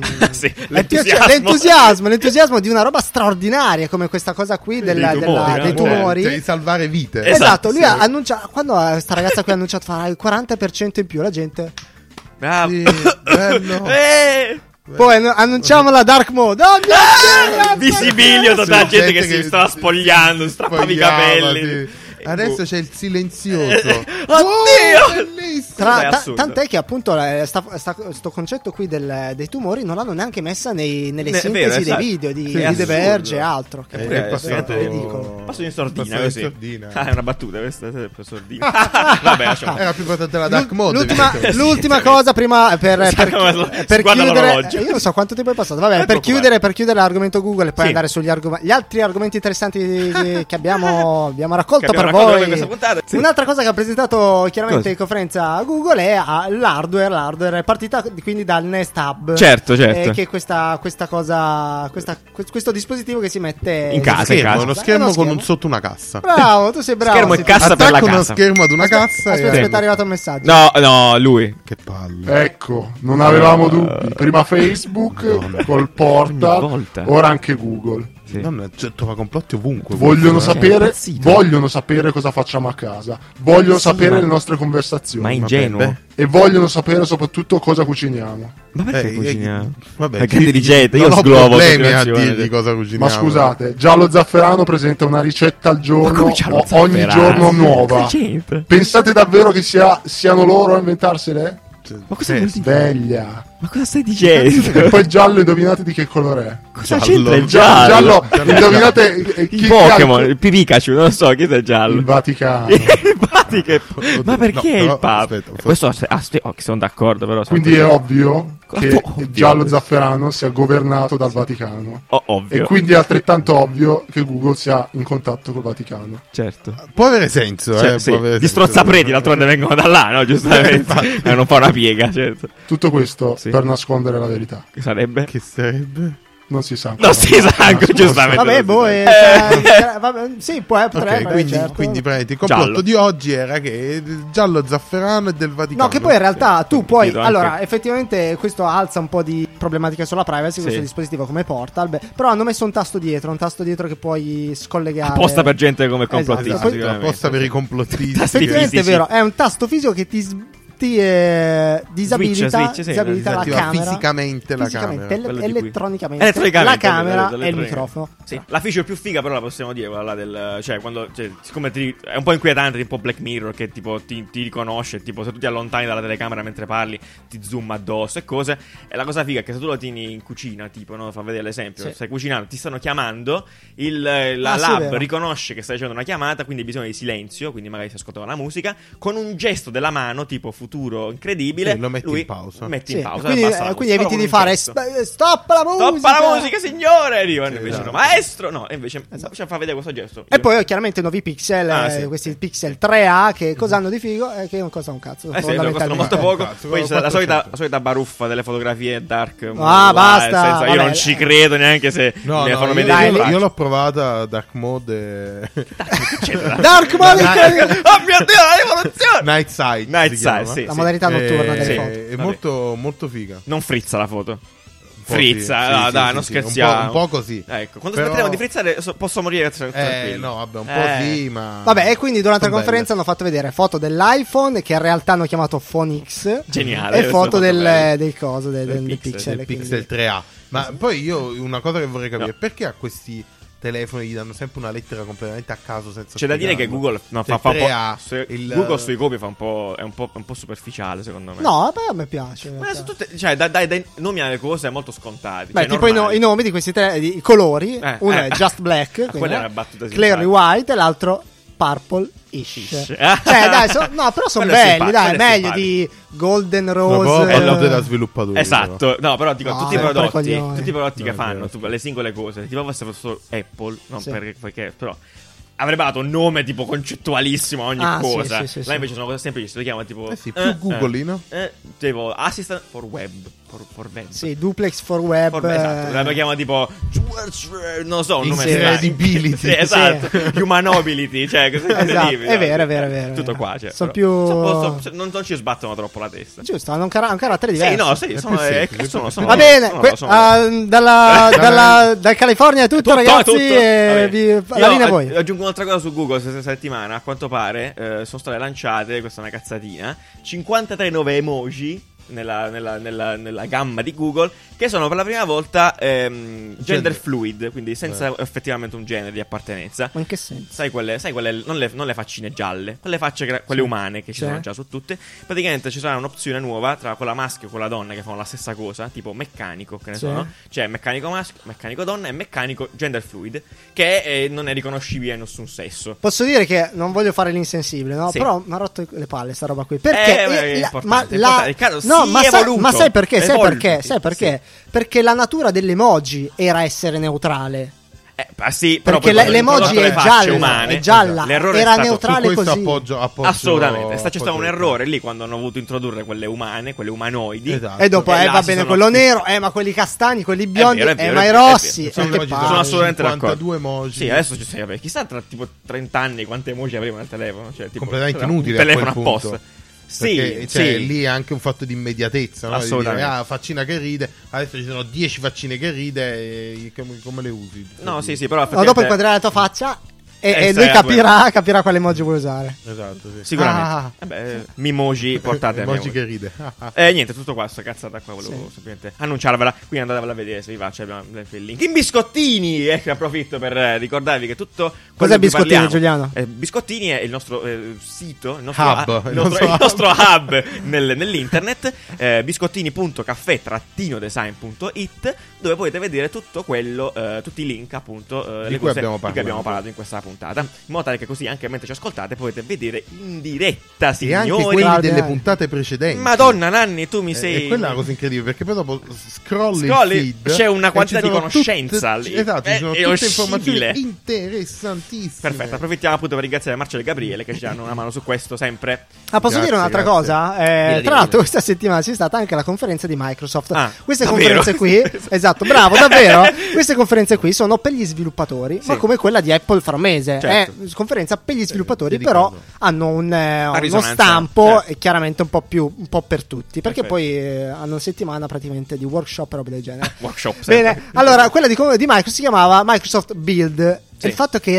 l'entusiasmo di una roba straordinaria come questa cosa qui dei tumori, di salvare vite. Esatto, lui ha annunciato, quando questa ragazza qui ha annunciato farà il 40% in più, la gente sì, bello. Poi annunciamo la dark mode. Visibilio, tutta gente che si stava spogliando, strappavi i capelli. Adesso c'è il silenzioso. Oddio! Bellissimo. Tant'è che appunto sto concetto qui dei tumori non l'hanno neanche messa nelle sintesi dei video di The Verge e altro. Che è ridicolo. Passo in sordina così. È una battuta questa, sordina. Vabbè, lasciamo. Era più importante la dark mode. L'ultima cosa prima per chiudere. Io non so quanto tempo è passato. Vabbè, per chiudere l'argomento Google e poi andare sugli gli altri argomenti interessanti che abbiamo raccolto per voi. Un'altra cosa che ha presentato chiaramente in conferenza Google è l'hardware. L'hardware è partita quindi dal Nest Hub. Certo. Che è questa cosa, questo dispositivo che si mette in casa. Uno schermo con sotto una cassa. Bravo, tu sei bravo. Schermo e cassa per la casa. Uno schermo ad una cassa. Aspetta, è arrivato un messaggio. No, lui. Che palle. Ecco, non avevamo dubbi. Prima Facebook col Portal, ora anche Google. Trova complotti ovunque. Vogliono sapere cosa facciamo a casa. Vogliono sapere le nostre conversazioni. Ma ingenuo. E vogliono sapere soprattutto cosa cuciniamo. Ma perché cuciniamo? Vabbè, che dirigente, io non ho sglobo problemi a dirgli cosa cuciniamo. Ma scusate, Giallo Zafferano presenta una ricetta al giorno, ogni giorno nuova. Pensate davvero che siano loro a inventarsele? Ma cosa vuol dire? Sveglia. Ma cosa stai dicendo? E poi giallo, indovinate di che colore è? Cosa c'entra il giallo? Indovinate il Pokémon, il Pikachu, non lo so, chi è il giallo? Il Vaticano. Ma perché il Papa? Questo sono d'accordo, però. Quindi è ovvio che Giallo Zafferano sia governato dal Vaticano. Ovvio. E quindi è altrettanto ovvio che Google sia in contatto col Vaticano. Certo. Può avere senso, Gli strozzapreti d'altronde vengono da là, no? Giustamente. Non fa una piega, certo. Tutto questo per nascondere la verità. Che sarebbe? Non si sa. Non si sa, giustamente. Vabbè, sì, potrebbe. Quindi il complotto di oggi era che il Giallo Zafferano è del Vaticano. No, che poi in realtà tu puoi. Allora, effettivamente questo alza un po' di problematiche sulla privacy. Questo dispositivo come Portal. Però hanno messo un tasto dietro che puoi scollegare. Apposta per gente come complottisti. Apposta per i complottisti. Effettivamente è vero. È un tasto fisico che ti ti disabilita la camera fisicamente la camera, elettronicamente la camera e il microfono. Sì. La feature più figa però la possiamo dire, quella del, cioè quando, siccome è un po' inquietante, tipo Black Mirror, che tipo ti riconosce, tipo se tu ti allontani dalla telecamera mentre parli ti zoom addosso e cose. E la cosa figa è che se tu lo tieni in cucina, tipo, no, fa vedere l'esempio, stai cucinando, ti stanno chiamando, la lab riconosce che stai facendo una chiamata, quindi hai bisogno di silenzio, quindi magari si ascolta la musica, con un gesto della mano tipo futuro incredibile, lo metti in pausa. Metti in pausa, quindi eviti di fare stop la musica signore, arrivano invece no, maestro, no, e invece ci fa vedere questo gesto. E poi chiaramente nuovi pixel, questi pixel 3A che cosa hanno di figo? Che non costano un cazzo, costano molto poco. Poi la solita baruffa delle fotografie dark. Basta. Io non ci credo neanche se mi fanno vedere. Io l'ho provata dark mode. Dark mode. Oh mio Dio, la rivoluzione. Night Sight, sì, la modalità notturna delle foto. È molto molto figa. Non frizza la foto. Frizza, dai, non scherziamo. Un po' così. Ecco, quando smetteremo di frizzare posso morire tranquillo. No, vabbè, un po' sì, ma vabbè, e quindi durante la conferenza hanno fatto vedere foto dell'iPhone, che in realtà hanno chiamato Phone X. Geniale. E foto del coso, del Pixel. Del Pixel 3A. Ma poi io una cosa che vorrei capire, perché a questi telefoni gli danno sempre una lettera completamente a caso senza c'è da dire che Google fa un po'. Google sui copi fa un po'. È un po' superficiale, secondo me. No, beh, a me piace. Ma su tutte, cioè, dai nomi alle cose molto scontati. Beh, tipo i nomi di questi i colori. Uno è Just Black, quella è una battuta Clearly White, e l'altro Purple-ish. Cioè, dai, però sono belli, dai, meglio di Golden Rose. È l'auto della sviluppatura. Esatto. No, però dico, tutti i prodotti che fanno, le singole cose, tipo fosse solo Apple, non perché però avrebbe dato un nome tipo concettualissimo a ogni cosa. Là invece sono cose semplici, si chiama tipo più Google, no? Tipo Assistant for Web. For web. Sì, Duplex for Web. Esatto, la chiama tipo non so, un nome Incredibility. Sì, esatto. Humanability, cioè esatto. È vero. Tutto qua, cioè, sono più non ci sbattono troppo la testa. Giusto, hanno un carattere diverso. Sono va bene, dal California è tutto, ragazzi. La linea a voi. Aggiungo un'altra cosa su Google questa settimana. A quanto pare sono state lanciate, questa è una cazzatina, 53 nuove emoji nella gamma di Google, che sono per la prima volta gender fluid, quindi senza effettivamente un genere di appartenenza. Ma in che senso? Sai quelle non le faccine gialle, quelle facce quelle umane che ci sono già su tutte. Praticamente ci sarà un'opzione nuova tra quella maschio e quella donna che fanno la stessa cosa, tipo meccanico, che ne sono, cioè meccanico maschio, meccanico donna e meccanico gender fluid, che non è riconoscibile a nessun sesso. Posso dire che non voglio fare l'insensibile, no? Però mi ha rotto le palle sta roba qui, perché è importante. No, ma sai perché? Sai perché? Perché la natura dell'emoji era essere neutrale. Sì, però perché l'emoji è gialla, era neutrale così. Appoggio assolutamente. C'è stato un errore lì quando hanno voluto introdurre quelle umane, quelle umanoidi. E dopo va bene quello nero, ma quelli castani, quelli biondi, ma i rossi. Sono assolutamente d'accordo. 52 emoji. Sì, adesso ci sei, chissà tra tipo 30 anni quante emoji avremo nel telefono, cioè tipo completamente inutile un telefono apposta. Perché, lì è anche un fatto di immediatezza, no? Assolutamente. Di dire, faccina che ride, adesso ci sono 10 faccine che ride, e come le usi? No, sì, però dopo inquadrerai la tua faccia e lui capirà quale emoji vuoi usare. Esatto, sì. Sicuramente. Mimoji, portate emoji che ride. Niente, tutto qua, sta cazzata qua volevo semplicemente annunciarvela, quindi andatevela a vedere se vi va, c'è il link. In Biscottini, approfitto per ricordarvi che tutto cos'è Biscottini, Giuliano? Biscottini è il nostro sito, il nostro hub nell'internet, biscottini.caffè-design.it, dove potete vedere tutto quello, tutti i link appunto di cui abbiamo parlato in questa puntata, in modo tale che così anche mentre ci ascoltate potete vedere in diretta, signori, e anche quelli delle puntate precedenti. Madonna Nanni, tu mi sei, e quella è una cosa incredibile, perché poi dopo scrolli il feed, c'è una quantità di conoscenza lì, esatto, ci sono tutte informazioni interessantissime. Perfetto, approfittiamo appunto per ringraziare Marcello e Gabriele che ci danno una mano su questo sempre. Posso dire un'altra cosa? Tra l'altro questa settimana c'è stata anche la conferenza di Microsoft. Queste conferenze qui esatto, bravo, davvero. Queste conferenze qui sono per gli sviluppatori, ma come quella di Apple fra un mese. È conferenza per gli sviluppatori, però hanno uno stampo chiaramente un po' per tutti, perché poi hanno una settimana praticamente di workshop e roba del genere. Workshop bene, allora quella di Microsoft si chiamava Microsoft Build, e il fatto che era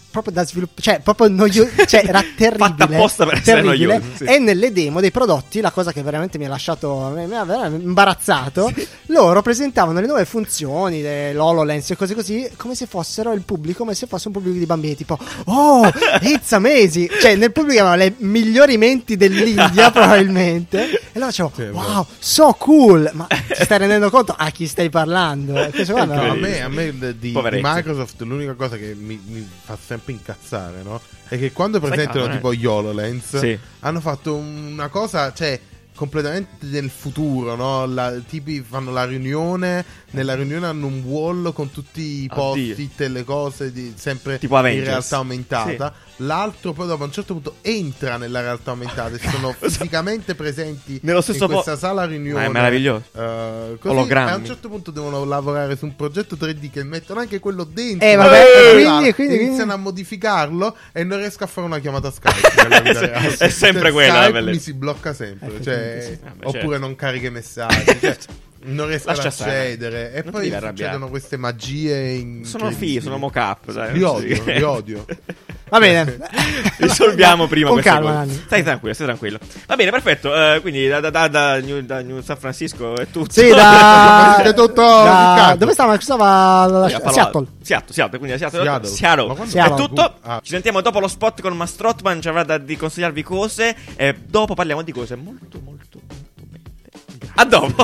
proprio da sviluppare, cioè proprio noioso, cioè era terribile, fatta apposta per essere noioso, sì. E nelle demo dei prodotti, la cosa che veramente mi ha lasciato, mi ha veramente imbarazzato, loro presentavano le nuove funzioni, l'HoloLens e cose così, come se fossero il pubblico, come se fosse un pubblico di bambini, tipo oh, it's amazing, cioè nel pubblico avevano le migliori menti dell'India probabilmente, e allora dicevo wow, so cool, ma ti stai rendendo conto a chi stai parlando? A me di Microsoft l'unica cosa che mi fa sempre incazzare, no? È che quando presentano tipo gli HoloLens hanno fatto una cosa, cioè completamente del futuro, no? Tipi fanno la riunione, nella riunione hanno un wall con tutti i post-it e le cose sempre tipo in realtà aumentata. L'altro poi dopo a un certo punto entra nella realtà aumentata e sono fisicamente presenti nello stesso in questa sala riunione. Ma è meraviglioso. Così, a un certo punto devono lavorare su un progetto 3D che mettono anche quello dentro. Quindi iniziano a modificarlo e non riesco a fare una chiamata Skype. È sempre quella. Skype mi si blocca sempre, oppure non carica i messaggi. Non riesco ad accedere. E poi succedono queste magie. Sono mock-up. Li odio. Va bene, risolviamo prima con queste calma, cose. Stai tranquillo. Va bene, perfetto. Quindi da New San Francisco è tutto. Sì, è tutto. Dove stava? Seattle, quindi Seattle. È tutto. Ci sentiamo dopo lo spot con Mastrotman. Ci avrà da consigliarvi cose. E dopo parliamo di cose molto belle. A dopo.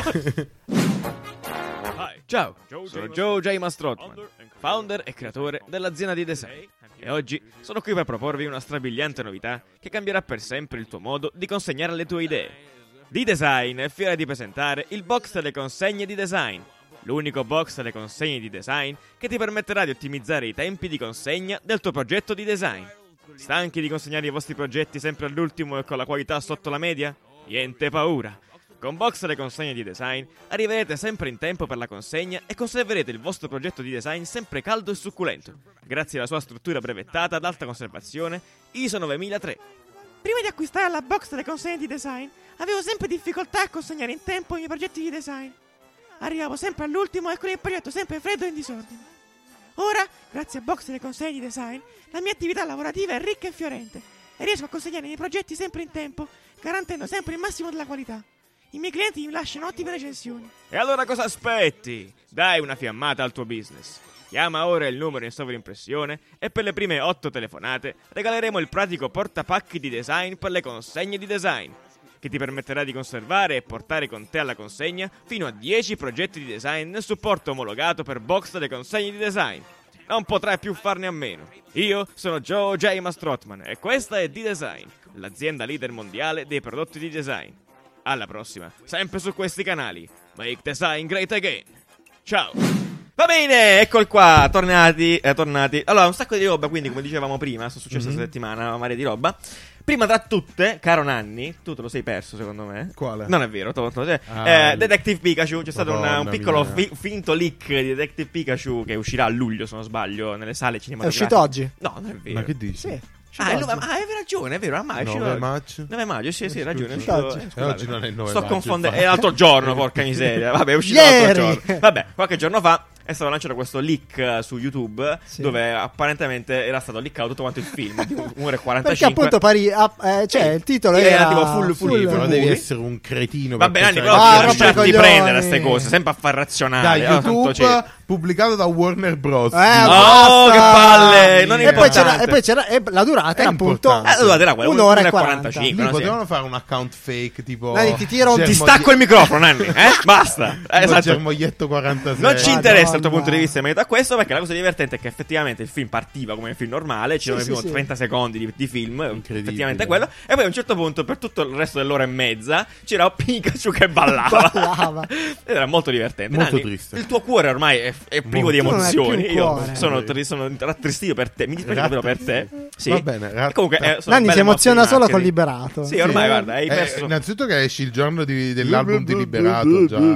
Ciao, sono Joe J. Mastrotman, founder e creatore dell'azienda di design. E oggi sono qui per proporvi una strabiliante novità che cambierà per sempre il tuo modo di consegnare le tue idee. D-Design è fiera di presentare il box delle consegne di design, l'unico box delle consegne di design che ti permetterà di ottimizzare i tempi di consegna del tuo progetto di design. Stanchi di consegnare i vostri progetti sempre all'ultimo e con la qualità sotto la media? Niente paura! Con Box delle consegne di design arriverete sempre in tempo per la consegna e conserverete il vostro progetto di design sempre caldo e succulento, grazie alla sua struttura brevettata ad alta conservazione ISO 9003. Prima di acquistare la Box delle consegne di design, avevo sempre difficoltà a consegnare in tempo i miei progetti di design. Arrivavo sempre all'ultimo e con il progetto sempre freddo e in disordine. Ora, grazie a Box delle consegne di design, la mia attività lavorativa è ricca e fiorente e riesco a consegnare i miei progetti sempre in tempo, garantendo sempre il massimo della qualità. I miei clienti mi lasciano ottime recensioni. E allora cosa aspetti? Dai una fiammata al tuo business. Chiama ora il numero in sovraimpressione e per le prime 8 telefonate regaleremo il pratico portapacchi di design per le consegne di design, che ti permetterà di conservare e portare con te alla consegna fino a 10 progetti di design nel supporto omologato per Box delle consegne di design. Non potrai più farne a meno. Io sono Joe J. Mastrotman e questa è D-Design, l'azienda leader mondiale dei prodotti di design. Alla prossima, sempre su questi canali. Make design great again. Ciao. Va bene, eccoli qua, tornati. Allora, un sacco di roba, quindi come dicevamo prima, sono successe questa settimana una marea di roba. Prima tra tutte, caro Nanni, tu te lo sei perso secondo me. Quale? Non è vero, Detective Pikachu, c'è stato un piccolo finto leak di Detective Pikachu che uscirà a luglio, se non sbaglio, nelle sale cinematografiche. È uscito oggi? No, non è vero. Ma che dici? Sì. Avevi ragione, è vero, a maggio. 9 maggio. 9 maggio, sì, hai ragione. Oggi non è il 9 maggio. Sto confondendo, è l'altro giorno, porca miseria. Vabbè, è uscito l'altro giorno. Vabbè, qualche giorno fa è stato lanciato questo leak su YouTube, dove apparentemente era stato leakato tutto quanto il film di 1:45. Perché appunto il titolo era tipo full però devi essere un cretino. Vabbè, Nanni, però non lasciarti prendere queste cose, sempre a far razionare. Da YouTube, pubblicato da Warner Bros. Oh, che palle! Non è importante. E poi c'era la durata era appunto la durata era quella 1:45. Lì potevano fare un account fake tipo ti stacco il microfono, Nanni, basta. Esatto. Germoglietto 46. Non ci interessa dal tuo punto di vista in merito a questo, perché la cosa divertente è che effettivamente il film partiva come un film normale, c'erano i primi 30 secondi di film, effettivamente quello, e poi a un certo punto per tutto il resto dell'ora e mezza c'era Pikachu che ballava. Ed era molto divertente. Molto Nanni, triste. Il tuo cuore ormai è privo di emozioni. Io sono rattristito per te, mi dispiace davvero per te. Sì. Va bene, comunque Nanni si emoziona solo con Liberato. Sì, ormai guarda, hai perso. Innanzitutto che esci il giorno dell'album di Liberato già.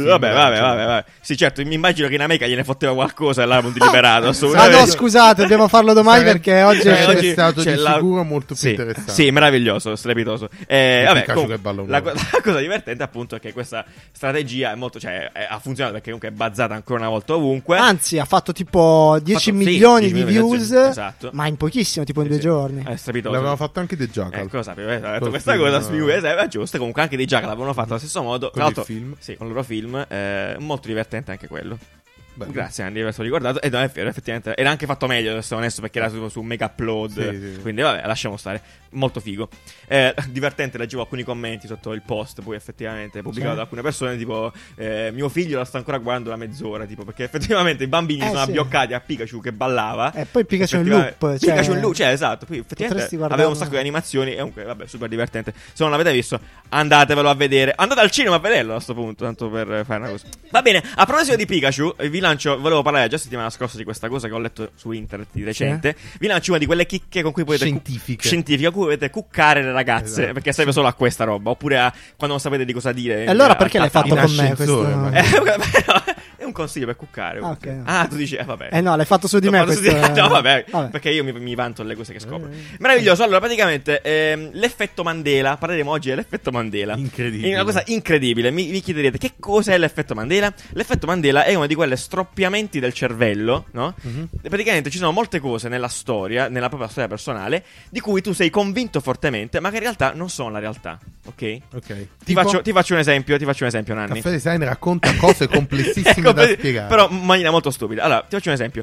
Vabbè. Sì, certo, mi immagino che in America gliene fotteva qualcosa l'album di Liberato. No, scusate, dobbiamo farlo domani perché oggi è stato di sicuro molto più interessante. Sì, meraviglioso, strepitoso. Vabbè, la cosa divertente appunto è che questa strategia è molto, ha funzionato perché comunque è bazzata ancora una volta dappertutto, ovunque. Anzi, ha fatto tipo 10 milioni di views, esatto. ma in pochissimo, tipo in 2 giorni. È strepitoso. L'avevano fatto anche dei Jackal. Ecco, sapevo, detto questa cosa è giusta. Comunque anche dei Jackal l'avevano fatto allo stesso modo. Con il film. Sì, con il loro film. Molto divertente anche quello. Bello. Grazie Andy, aver ricordato. No, è vero, effettivamente era anche fatto meglio, se sono onesto, perché era su Mega Upload. Sì. Quindi vabbè, lasciamo stare. Molto figo. Divertente, leggevo alcuni commenti sotto il post, poi effettivamente pubblicato da alcune persone, tipo mio figlio la sta ancora guardando da mezz'ora, tipo, perché effettivamente i bambini sono abbioccati a Pikachu che ballava. E poi Pikachu in loop. Pikachu in loop, esatto. Poi effettivamente aveva un sacco di animazioni. E comunque, vabbè, super divertente. Se non l'avete visto, andatevelo a vedere. Andate al cinema a vederlo a sto punto, tanto per fare una cosa. Va bene, a proposito di Pikachu, volevo parlare già settimana scorsa di questa cosa che ho letto su internet di recente. Vi lancio una di quelle chicche con cui potete scientifica, con cui potete cuccare le ragazze, esatto. Perché serve solo a questa roba, oppure quando non sapete di cosa dire. E allora perché l'hai fatto con me questo? È un consiglio per cuccare. Okay. Tu dici vabbè. No, l'hai fatto su di me questo. No, vabbè, perché io mi vanto le cose che scopro. Meraviglioso. Allora, praticamente l'effetto Mandela, parleremo oggi dell'effetto Mandela. Incredibile. È una cosa incredibile. Mi chiederete che cos'è l'effetto Mandela? L'effetto Mandela è una di quelle stroppiamenti del cervello, no? Mm-hmm. Praticamente ci sono molte cose nella storia, nella propria storia personale, di cui tu sei convinto fortemente, ma che in realtà non sono la realtà. Ok? Ti faccio un esempio, Nanni. Caffè Design racconta cose complessissime da spiegare, però in maniera molto stupida. Allora, ti faccio un esempio.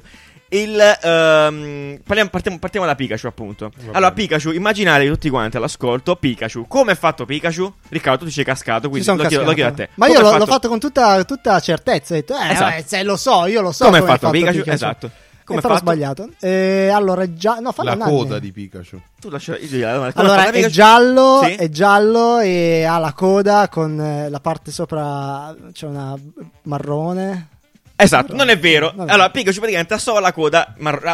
Partiamo da Pikachu, appunto. Allora, Pikachu, immaginate tutti quanti all'ascolto Pikachu. Come è fatto Pikachu? Riccardo, tu ti sei cascato, quindi lo chiedo a te. Ma io l'ho fatto con tutta certezza. Ho detto, esatto. Se lo so, io lo so. Come è fatto Pikachu? Esatto. Come però ho sbagliato. Allora la coda di Pikachu. Tu allora è giallo, sì? È giallo e ha la coda con la parte sopra c'è una marrone. Esatto, non è vero. Allora, Pikachu praticamente ha solo la coda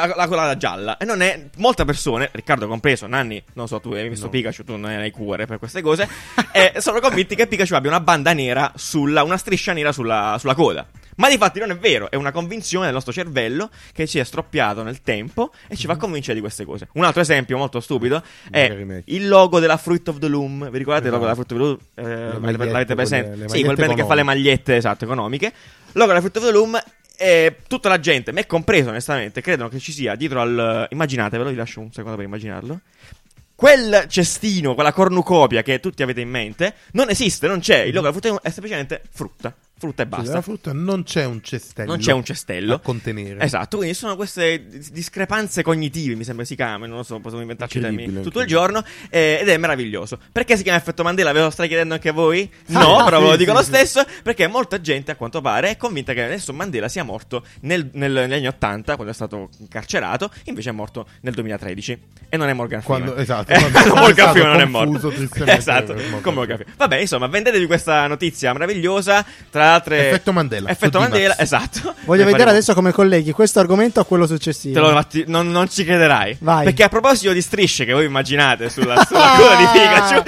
gialla. E non è. Molte persone, Riccardo compreso, Nanni, non so, tu hai visto Pikachu, tu non hai cuore per queste cose. Sono convinti che Pikachu abbia una banda nera una striscia nera sulla coda. Ma di fatti non è vero, è una convinzione del nostro cervello che ci è stroppiato nel tempo e ci fa convincere di queste cose. Un altro esempio molto stupido è il logo della Fruit of the Loom. Vi ricordate il logo della Fruit of the Loom? L'avete presente? Sì, quel brand che fa le magliette, esatto, economiche. Logo della Fruit of the Loom. E tutta la gente, me compreso onestamente, credono che ci sia dietro al... Immaginatevelo, vi lascio un secondo per immaginarlo. Quel cestino, quella cornucopia che tutti avete in mente, non esiste, non c'è. Il logo della frutta è semplicemente frutta e basta. La frutta non c'è un cestello. Non c'è un cestello a contenere. Esatto, quindi sono queste discrepanze cognitive, mi sembra si chiamano, non lo so, possiamo inventarci termini tutto il giorno, ed è meraviglioso. Perché si chiama effetto Mandela? Ve lo stai chiedendo anche voi? No, però ve lo dico lo stesso, perché molta gente a quanto pare è convinta che adesso Mandela sia morto negli anni 80, quando è stato incarcerato, invece è morto nel 2013. E non è Morgan Freeman. Esatto. Morgan Freeman non è morto. Esatto, come Morgan Freeman. Vabbè, insomma, vendetevi questa notizia meravigliosa. Tra l'altre, effetto Mandela, esatto. Voglio vedere adesso come colleghi questo argomento a quello successivo. Non ci crederai. Vai. Perché a proposito di strisce che voi immaginate sulla coda di Pikachu,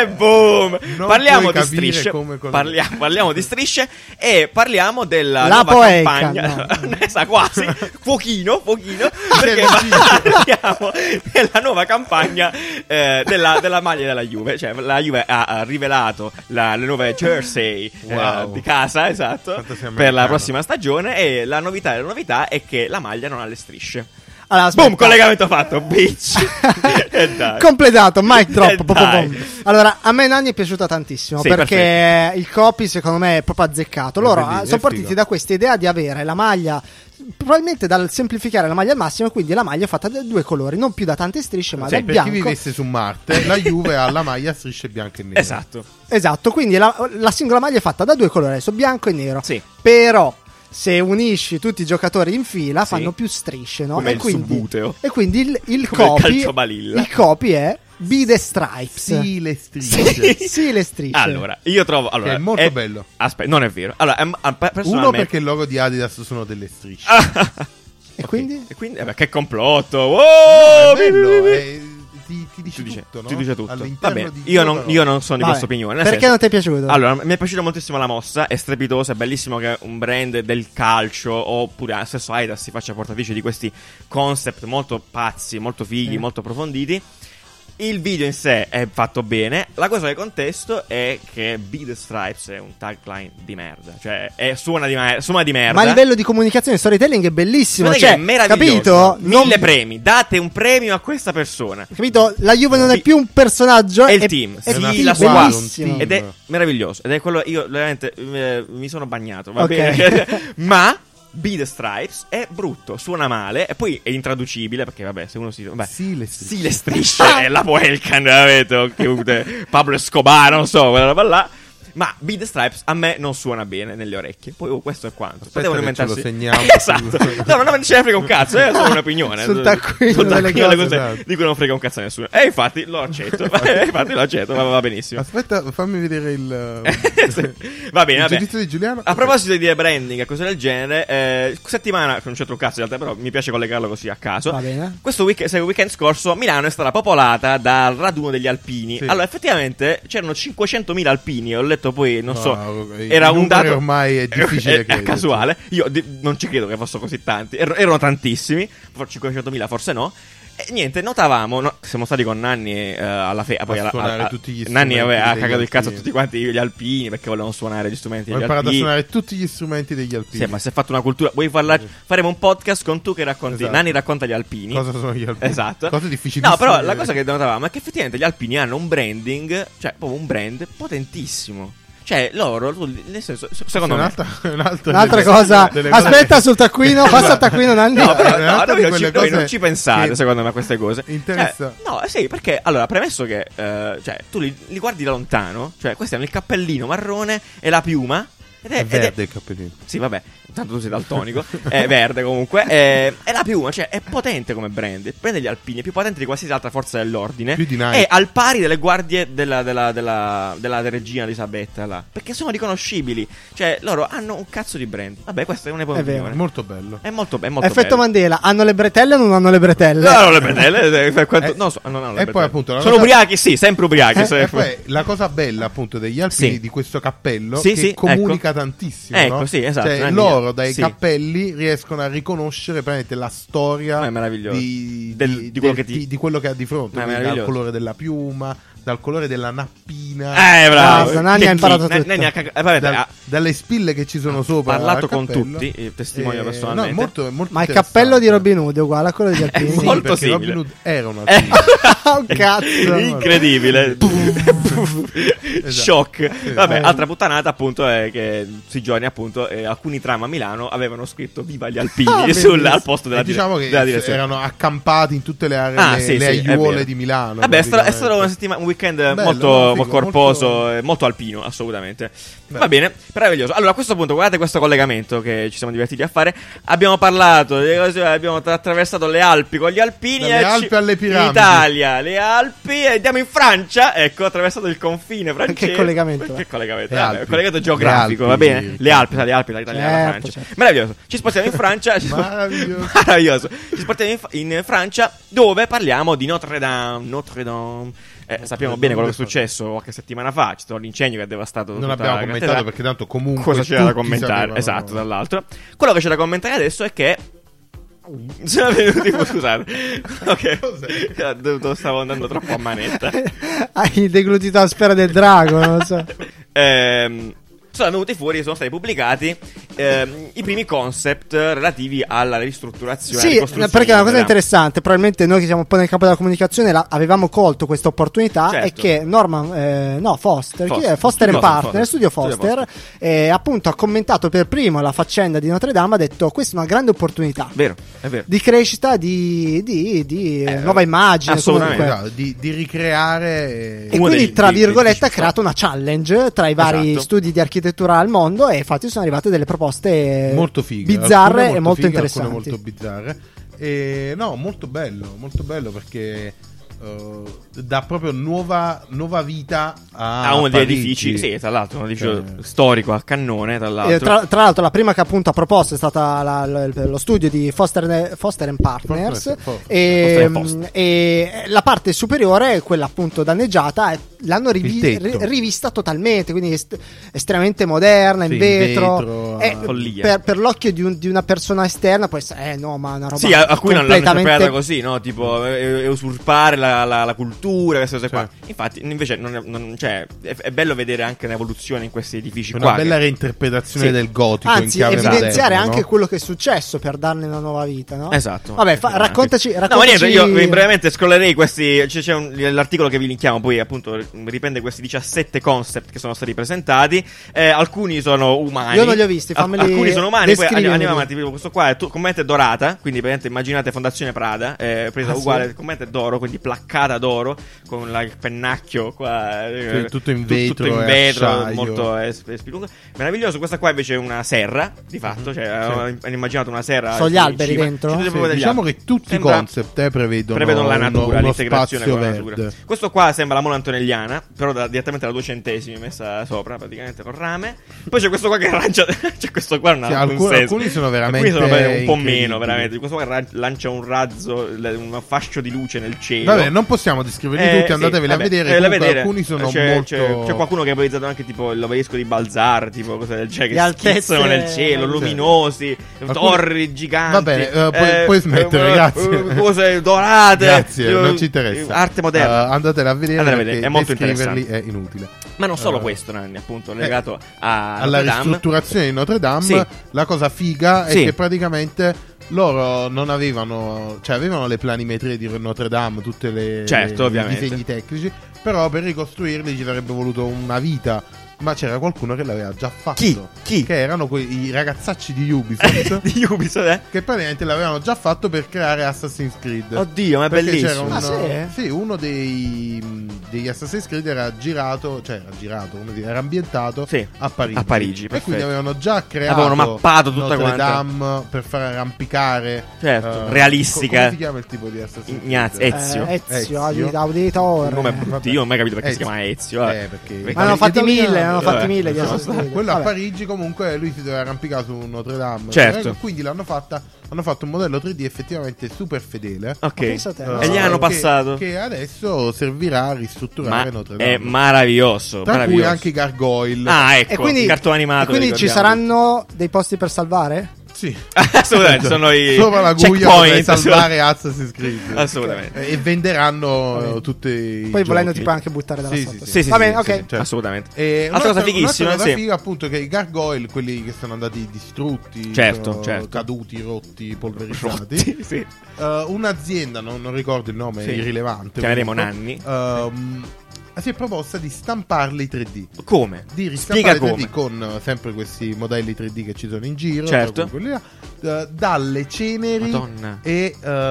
boom. Parliamo di strisce. Parliamo di strisce e parliamo della nuova campagna. Quasi. Pochino. Perché parliamo della nuova campagna della maglia della Juve. Cioè, la Juve ha rivelato le nuove jersey di casa, esatto, per la prossima stagione. E la novità è che la maglia non ha le strisce. Allora, boom, collegamento fatto, bitch. Completato, mic drop. Allora, a me Nanni è piaciuta tantissimo, sì, perché perfetto. Il copy secondo me è proprio azzeccato. Loro sono partiti da questa idea di avere la maglia, probabilmente dal semplificare la maglia al massimo, quindi la maglia è fatta da 2 colori, non più da tante strisce, ma da bianco. Per chi vivesse su Marte, la Juve ha la maglia a strisce bianche e nere. Esatto, quindi la singola maglia è fatta da 2 colori, adesso bianco e nero. Sì. Però se unisci tutti i giocatori in fila fanno più strisce, no? Come il subbuteo. E quindi il copy è Be the Stripes. Sì, le strisce. Sì, le strisce. Allora, io trovo... che è molto bello. Aspetta, non è vero. Allora, personalmente... Uno, perché il logo di Adidas sono delle strisce. E quindi? Che complotto. Wow! No, è bello, ti dice tutto, no? Ti dice tutto. Vabbè, io non sono di questa opinione. Perché non ti è piaciuto? Allora, mi è piaciuta moltissimo la mossa, è strepitosa, è bellissimo che un brand del calcio, oppure stesso Adidas, si faccia portatrice di questi concept molto pazzi, molto fighi, molto approfonditi. Il video in sé è fatto bene. La cosa che contesto è che Beat the Stripes è un tagline di merda. Cioè, suona di merda. Ma a livello di comunicazione e storytelling è bellissimo. Cioè, è meraviglioso. Capito? 1000 premi. Date un premio a questa persona. Capito? La Juve non è più un personaggio. È il team. Sì, la squadra. Ed è meraviglioso. Ed è quello. Io veramente mi sono bagnato. Va bene. Ma Beat the Stripes è brutto, suona male e poi è intraducibile perché vabbè, se uno sì, le strisce è la Poelcan, avete Pablo Escobar, non so, quella roba là. Ma Beat the Stripes a me non suona bene nelle orecchie. Poi questo è quanto. Potevano inventarsi. Ce lo segniamo. Esatto. No, non ce ne frega un cazzo, è solo un'opinione. Sul taccuino delle cose. Esatto. Di cui non frega un cazzo a nessuno. E infatti lo accetto. Va benissimo. Aspetta, fammi vedere Va bene, il giudizio di Giuliano. A proposito di branding e cose del genere, settimana, non c'entro un cazzo in realtà, però mi piace collegarlo così a caso. Va bene. Questo weekend scorso Milano è stata popolata dal raduno degli alpini. Allora, effettivamente c'erano 500.000 alpini. Ho letto poi, non so, era un dato ormai è difficile è casuale. Io non ci credo che fossero così tanti. Erano tantissimi, 500.000 forse no. E niente, notavamo, siamo stati con Nanni alla poi tutti gli Nanni aveva cagato il cazzo a tutti quanti gli alpini perché volevano suonare gli strumenti degli alpini. Ho imparato a suonare tutti gli strumenti degli alpini. Sì, ma si è fatto una cultura. Vuoi farla? Faremo un podcast con tu che racconti. Esatto. Nanni racconta gli alpini. Cosa sono gli alpini? Esatto. Cose difficilissime. No, però la cosa che notavamo è che effettivamente gli alpini hanno un branding, cioè proprio un brand potentissimo. Cioè, loro, nel senso, secondo me. Un'altra cosa. Aspetta sul taccuino, passa il taccuino, Nanni. No, però non ci pensate, secondo me, a queste cose. Interessa. No, sì, perché, allora, premesso che, cioè, tu li guardi da lontano, cioè, questi hanno il cappellino marrone e la piuma. È verde il cappellino. Sì, vabbè, tanto tu sei daltonico. È verde comunque. E la piuma, cioè, è potente come brand. Prende gli alpini, è più potente di qualsiasi altra forza dell'ordine. Più di Nike. È al pari delle guardie della regina Elisabetta là. Perché sono riconoscibili. Cioè, loro hanno un cazzo di brand. Vabbè, questa è un'opinione. È molto bello. È molto bello. Effetto Mandela. Hanno le bretelle o non hanno le bretelle? No, hanno le bretelle. Non hanno le e poi appunto sono ubriachi, sì, sempre ubriachi. E poi la cosa bella appunto degli alpini di questo cappello che comunica tantissimo. Ecco, sì, esatto. Cioè, loro dai cappelli riescono a riconoscere praticamente la storia di quello che ha di fronte. Dal colore della piuma, dal colore della nappina. Bravo. Nanni ha imparato tutto. Dalle spille che ci sono sopra. Ha parlato con tutti, testimonio personalmente. Molto ma il cappello di Robin Hood è uguale a quello degli alpini. Sì, molto simile. Robin Hood era un alpino. Oh, cazzo. Incredibile. Shock. Vabbè, altra puttanata appunto è che sui giorni appunto alcuni tram a Milano avevano scritto viva gli alpini al posto della diciamo che direzione. Erano accampati in tutte le aree, le aiuole di Milano. Vabbè, è stato una settimana, un weekend molto corposo, molto alpino, assolutamente. Beh. Va bene, meraviglioso. Allora, a questo punto, guardate questo collegamento che ci siamo divertiti a fare. Abbiamo parlato, abbiamo attraversato le Alpi con gli alpini. Dalle Alpi alle piramidi. In Italia, le Alpi, e andiamo in Francia. Ecco, attraversato il confine francese. Che collegamento? Che collegamento? Collegamento geografico, va bene? Le Alpi, dall'Italia alla Francia. Certo. Meraviglioso. Ci spostiamo in Francia. Meraviglioso. Ci spostiamo in Francia, dove parliamo di Notre Dame. Sappiamo bene quello che è successo qualche settimana fa. C'è stato l'incendio che ha devastato. Non abbiamo commentato perché tanto comunque cosa c'era da commentare. Esatto, dall'altro. Quello che c'è da commentare adesso è che sono venuti, scusate. Ok, stavo andando troppo a manetta. Hai deglutito la sfera del drago, non lo so. Sono venuti fuori e sono stati pubblicati i primi concept relativi alla ristrutturazione. Sì, perché è una cosa interessante. Probabilmente noi che siamo un po' nel campo della comunicazione avevamo colto questa opportunità. Certo. È che Foster Partner, Studio Foster, appunto ha commentato per primo la faccenda di Notre Dame. Ha detto: questa è una grande opportunità, vero, è vero, di crescita, di nuova immagine, assolutamente, di ricreare. E quindi tra virgolette ha creato una challenge tra i vari studi di architettura al mondo, e infatti sono arrivate delle proposte molto fighe, bizzarre e molto interessanti. Molto bizzarre. Molto bello perché dà proprio nuova vita a uno degli edifici, sì, tra l'altro un edificio storico a cannone, tra l'altro. Tra l'altro la prima che appunto ha proposto è stata lo studio di Foster Partners, e la parte superiore, quella appunto danneggiata, l'hanno rivista totalmente, quindi estremamente moderna, in vetro. Per l'occhio di una persona esterna può essere ma una roba a cui non l'hanno interpretata così, no? Tipo usurpare la cultura, queste cose qua. Infatti, invece, cioè, è bello vedere anche un'evoluzione in questi edifici una bella reinterpretazione del gotico. Anzi, in chiave evidenziare moderna, anche quello che è successo per darne una nuova vita, no? Esatto. Vabbè, raccontaci. No, ma niente, io brevemente scrollerei questi. C'è l'articolo che vi linkiamo, poi appunto riprende questi 17 concept che sono stati presentati. Alcuni sono umani. Io non li ho visti, fammeli. Alcuni sono umani, poi andiamo avanti. Questo qua è componente dorata, quindi immaginate Fondazione Prada, presa uguale, componente d'oro, quindi placcata d'oro, con il pennacchio qua. Tutto in vetro, molto spilungo. Meraviglioso. Questa qua invece è una serra, di fatto. Cioè, hanno immaginato una serra. Sono gli alberi dentro? Diciamo che tutti i concept prevedono la natura, l'integrazione con la verde. natura. Questo qua sembra la mola antonelliana, però direttamente da 2 centesimi messa sopra, praticamente con rame. Poi c'è questo qua che lancia. C'è questo qua alcuni sono veramente un po' meno, veramente. Questo qua lancia un razzo, un fascio di luce nel cielo. Vabbè, non possiamo descriverli tutti, andateveli a vedere. Alcuni sono molto. C'è qualcuno che ha realizzato anche tipo l'obelisco di Balzar, tipo cose del genere, che schizzano nel cielo, luminosi, torri giganti. Va bene, puoi smettere, grazie. Cose dorate. Grazie, non ci interessa. Arte moderna. Andatela a vedere, è molto interessante. È inutile. Ma non solo questo, Nanni, appunto, legato alla ristrutturazione di Notre Dame. Sì. La cosa figa è che praticamente loro non avevano, cioè avevano le planimetrie di Notre Dame, tutte i disegni tecnici, però per ricostruirli ci sarebbe voluto una vita. Ma c'era qualcuno che l'aveva già fatto. Chi? Che erano i ragazzacci di Ubisoft. Di Ubisoft, che praticamente l'avevano già fatto per creare Assassin's Creed. Oddio, ma è bellissimo. Sì, uno degli Assassin's Creed era era ambientato a Parigi. A Parigi, e quindi avevano già creato. Avevano mappato tutta Notre Dame per far arrampicare. Certo, realistica. Come si chiama il tipo di Assassin's Creed? Ezio, Auditore. Io non ho mai capito perché si chiama Ezio. Perché ma hanno fatti 1000. Hanno fatti 1000 di Assassin's Creed. Quello a Parigi comunque lui si doveva arrampicare su Notre Dame. Certo. Quindi hanno fatto un modello 3D effettivamente super fedele. Ok. E gli hanno passato. Che adesso servirà a ristrutturare Notre Dame. È maravilloso. Tra cui anche i gargoyle. Ecco, e quindi, il cartone animato. E quindi ci saranno dei posti per salvare? Sì, assolutamente. Sono i sopra la guglia per salvare Assassin's Creed. Assolutamente. E venderanno tutti i poi volendo giochi. Ti puoi anche buttare dalla sotto. Sì, va bene, ok. Certo. Assolutamente. Un'altra cosa fighissima, una cosa figa appunto che i gargoyle, quelli che sono andati distrutti, certo. caduti, rotti, polverizzati. Sì. Un'azienda, non ricordo il nome, è irrilevante. Chiameremo Nanni. Si è proposta di stamparli 3D. Come? Di ristamparli 3D con sempre questi modelli 3D che ci sono in giro. Certo. Dalle ceneri. Madonna. E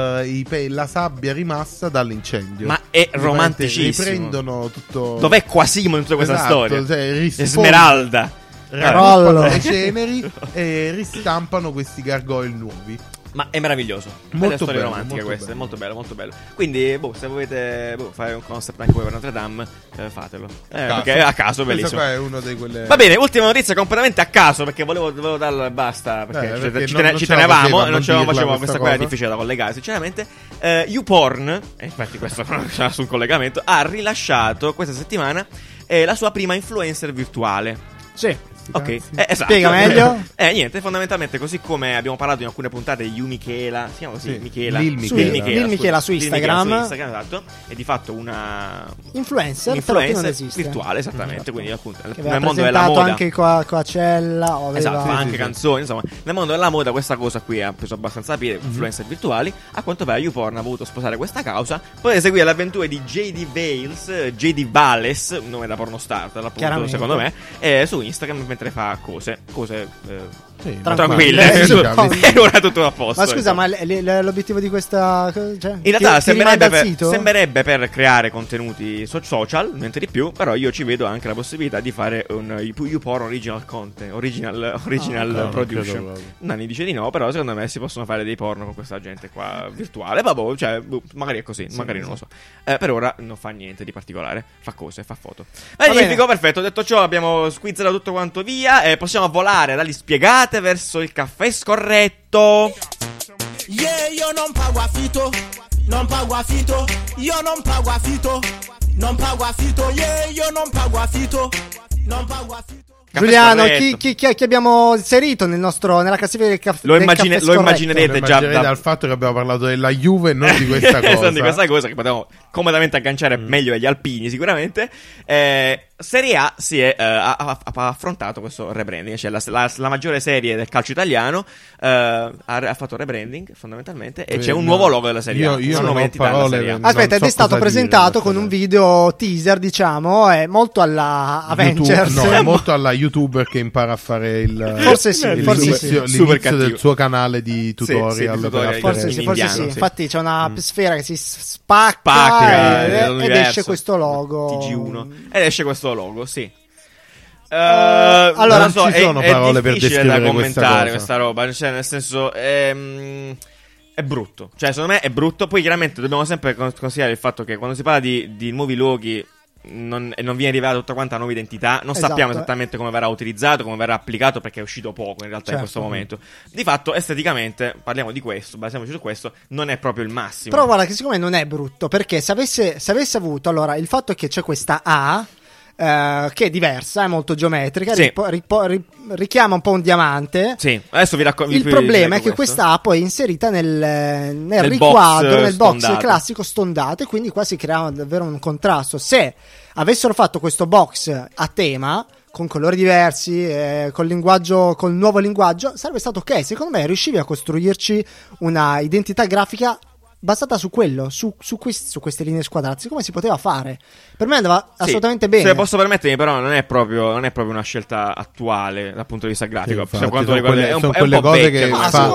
la sabbia rimasta dall'incendio. Ma è romanticissimo. Riprendono tutto. Dov'è Quasimo in tutta questa storia? Esmeralda. Rollo. Le ceneri e ristampano questi gargoyle nuovi. Ma è meraviglioso. Molto storia bello, romantica molto questa, bello. è molto bello, molto bello. Quindi, se volete fare un concept anche voi per Notre Dame, fatelo. Perché a caso, bellissimo. Questo qua è uno dei quelle. Va bene, ultima notizia completamente a caso, perché volevo darla e basta. Perché ci tenevamo e non facevamo questa qua, è difficile da collegare, sinceramente. YouPorn, infatti questo c'era sul collegamento, ha rilasciato questa settimana la sua prima influencer virtuale. Sì. Ok, esatto. Spiega meglio. Niente, fondamentalmente, così come abbiamo parlato in alcune puntate di Michela, si chiama così, Michela. Lil Michela su Instagram. Esatto. È di fatto una influencer virtuale, esattamente. Quindi appunto nel mondo della moda anche Coachella, esatto, fa anche canzoni, insomma. Nel mondo della moda questa cosa qui ha preso abbastanza piede, influencer virtuali. A quanto pare YouPorn ha voluto sposare questa causa. Potete seguire le avventure di JD Vales, un nome da pornostar, appunto, secondo me, su Instagram mentre fa cose tranquille. E ora tutto a posto. Ma scusa, ma l'obiettivo di questa, cioè, in realtà sembrerebbe per creare contenuti social, niente di più. Però io ci vedo anche la possibilità di fare un YouPorn original content, original production. Nani dice di no, però secondo me si possono fare dei porno con questa gente qua virtuale. Vabbè, cioè, magari è così, magari non lo so. Per ora non fa niente di particolare, fa cose, fa foto. Magnifico, perfetto. Detto ciò, abbiamo squizzato tutto quanto via e possiamo volare dagli spiegate verso il caffè scorretto. Yeah, io non pago affitto, non pago affitto, io non pago affitto, non pago affitto, yeah, io non pago affitto, non pago affitto. Giuliano, chi abbiamo inserito nella classifica del caffè? Lo immaginerete già dal fatto che abbiamo parlato della Juve e non di questa cosa. Di questa cosa che potevamo comodamente agganciare meglio agli alpini sicuramente. Serie A ha affrontato questo rebranding, cioè la maggiore serie del calcio italiano ha fatto rebranding fondamentalmente e c'è un nuovo logo della Serie A. Io non ho parole. Aspetta, ed è stato presentato con un video teaser, diciamo, è molto alla Avengers. No, è molto alla YouTuber che impara a fare l'inizio del suo canale di tutorial. Forse sì. Infatti c'è una sfera che si spacca ed esce questo logo TG1 ed esce questo logo, sì. Allora, non ci sono parole per descrivere da commentare questa roba, cioè nel senso è brutto, cioè secondo me è brutto. Poi chiaramente dobbiamo sempre considerare il fatto che quando si parla di nuovi loghi non viene rivelata tutta quanta nuova identità, non sappiamo esattamente come verrà utilizzato, come verrà applicato, perché è uscito poco in realtà in questo momento. Di fatto esteticamente, parliamo di questo, basiamoci su questo, non è proprio il massimo. Però guarda che siccome non è brutto, perché se avesse avuto, allora il fatto è che c'è questa A che è diversa, è molto geometrica, richiama un po' un diamante. Sì, adesso vi racconto. Il problema è che questa A poi è inserita nel riquadro, nel box classico stondato, e quindi qua si crea davvero un contrasto. Se avessero fatto questo box a tema, con colori diversi, col nuovo linguaggio, sarebbe stato ok. Secondo me riuscivi a costruirci una identità grafica basata su quello, su queste linee squadrate, come si poteva fare. Per me andava assolutamente bene. Se posso permettermi, però non è proprio una scelta attuale dal punto di vista grafico. Infatti, sono quelle cose che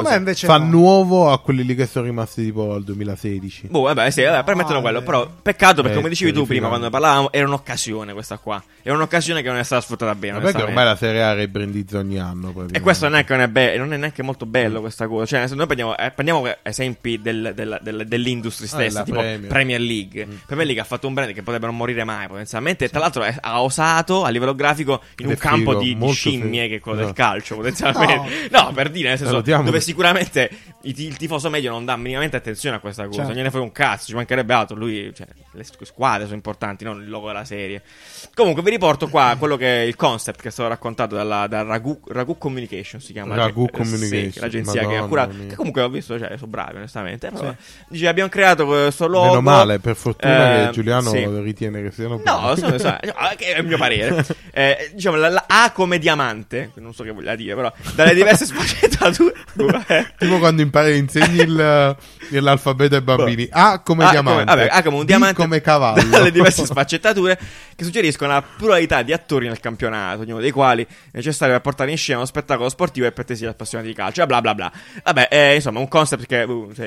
fa nuovo a quelli lì che sono rimasti tipo al 2016. Permettono quello. Però peccato, perché come dicevi tu prima quando ne parlavamo, era un'occasione questa qua. Era un'occasione che non è stata sfruttata bene. Perché ormai la Serie A rebrandizza ogni anno. E questo non è neanche molto bello questa cosa. Cioè, noi prendiamo esempi dell'industria stessa, tipo Premier League. Premier League ha fatto un brand che potrebbero morire mai potenzialmente. Tra l'altro ha osato a livello grafico in un campo di scimmie, che è quello del calcio potenzialmente. No, per dire, nel senso, dove sicuramente il tifoso medio non dà minimamente attenzione a questa cosa, non gliene frega un cazzo, ci mancherebbe altro. Lui, cioè, le squadre sono importanti, non il logo della serie. Comunque vi riporto qua quello che è il concept che è stato raccontato da Ragu Communication, si chiama Ragu Communication, l'agenzia che ha curato, che comunque ho visto, cioè, sono bravi onestamente. Dice, abbiamo creato questo logo. Meno male, per fortuna che Giuliano ritiene che siano bravi. No, che è il mio parere. Diciamo la A come diamante, non so che voglia dire, però dalle diverse sfaccettature. Tipo quando insegni l'alfabeto ai bambini. A come diamante, A come un diamante, B come cavallo. Dalle diverse sfaccettature che suggeriscono una pluralità di attori nel campionato, ognuno dei quali è necessario per portare in scena uno spettacolo sportivo e pretesi appassionati di calcio, bla bla bla. Vabbè, insomma, un concept che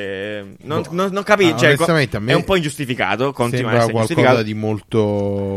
non capisco, cioè, è un po' ingiustificato, continua a essere ingiustificato. Qualcosa di molto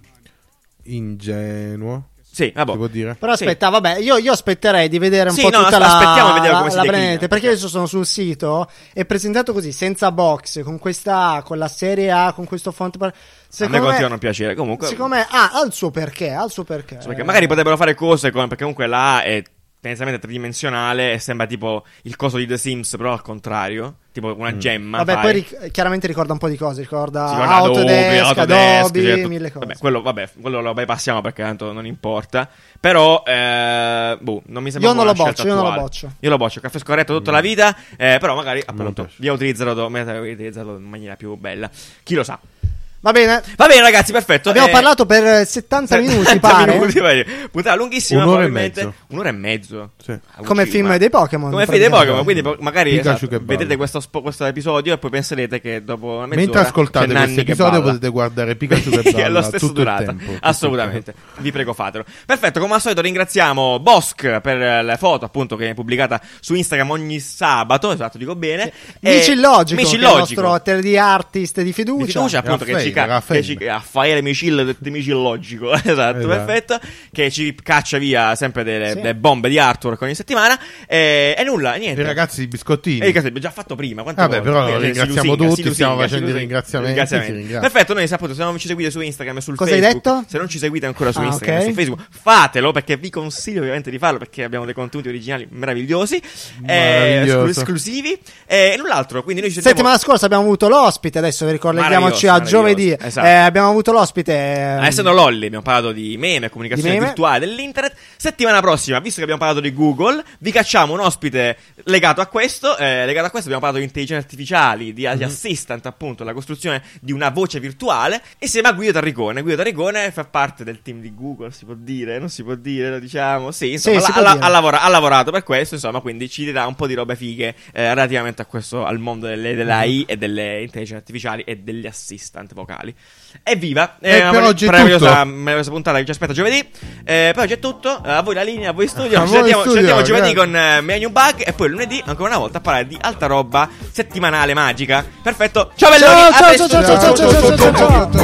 ingenuo. Sì, si può dire. Però aspetta, vabbè, io aspetterei di vedere un po' tutta la vedere come si declina, perché adesso sono sul sito, è presentato così, senza box, con questa A, con la serie A, con questo font. A me continua a non piacere, comunque. Secondo me ha il suo perché, perché magari potrebbero fare cose perché comunque la A è tendenzialmente tridimensionale e sembra tipo il coso di The Sims, però al contrario, tipo una gemma. Vabbè, poi chiaramente ricorda un po' di cose, ricorda Autodesk, certo. Mille cose. Quello lo bypassiamo perché tanto non importa. Però non mi sembra io non lo boccio. Io lo boccio, caffè scorretto tutta la vita, però magari appunto vi ho utilizzato in maniera più bella. Chi lo sa. Va bene, ragazzi, perfetto. Abbiamo parlato per 70 minuti, pare. Puntata lunghissima, un'ora e mezzo. Sì. Come film dei Pokémon. Quindi magari vedete questo episodio e poi penserete che dopo una mezz'ora, mentre ascoltate questo episodio, potete guardare Pikachu che balla allo stesso tutto durata. Il tempo. Assolutamente. Vi prego, fatelo. Perfetto, come al solito ringraziamo Bosch per le foto, appunto, che è pubblicata su Instagram ogni sabato. Esatto, dico bene. Mici Illogico, che è il nostro 3D artist di fiducia, appunto, che Raffaele Micil Micillogico. Esatto, perfetto. Che ci caccia via sempre delle bombe di artwork ogni settimana. E nulla, niente. I ragazzi di biscottini. Abbiamo già fatto prima. Però ringraziamo tutti. Stiamo facendo i ringraziamenti. Perfetto, noi se non ci seguite su Instagram e sul Cosa Facebook. Hai detto? Se non ci seguite ancora su Instagram e su Facebook, fatelo, perché vi consiglio ovviamente di farlo, perché abbiamo dei contenuti originali meravigliosi. Esclusivi. E null'altro. Quindi noi ci settimana scorsa abbiamo avuto l'ospite. Adesso vi ricordiamoci a giovedì giovedì. Esatto. Abbiamo avuto l'ospite. Essendo Lolli, abbiamo parlato di meme, comunicazione virtuale dell'internet. Settimana prossima, visto che abbiamo parlato di Google, vi cacciamo un ospite legato a questo. Abbiamo parlato di intelligenze artificiali, di assistant, appunto, la costruzione di una voce virtuale, insieme a Guido Tarricone. Guido Tarricone fa parte del team di Google, si può dire? Non si può dire, lo diciamo. Sì, insomma, ha lavorato per questo, insomma, quindi ci dirà un po' di robe fighe relativamente a questo, al mondo dell'AI e delle intelligenze artificiali e degli assistant vocali. Evviva! Per oggi è meravigliosa puntata che ci aspetta giovedì. Per oggi è tutto. A voi la linea, a voi studio. Ci sentiamo giovedì con Millennium Bug e poi lunedì ancora una volta a parlare di alta roba settimanale magica. Perfetto. Ciao belloni! Ciao.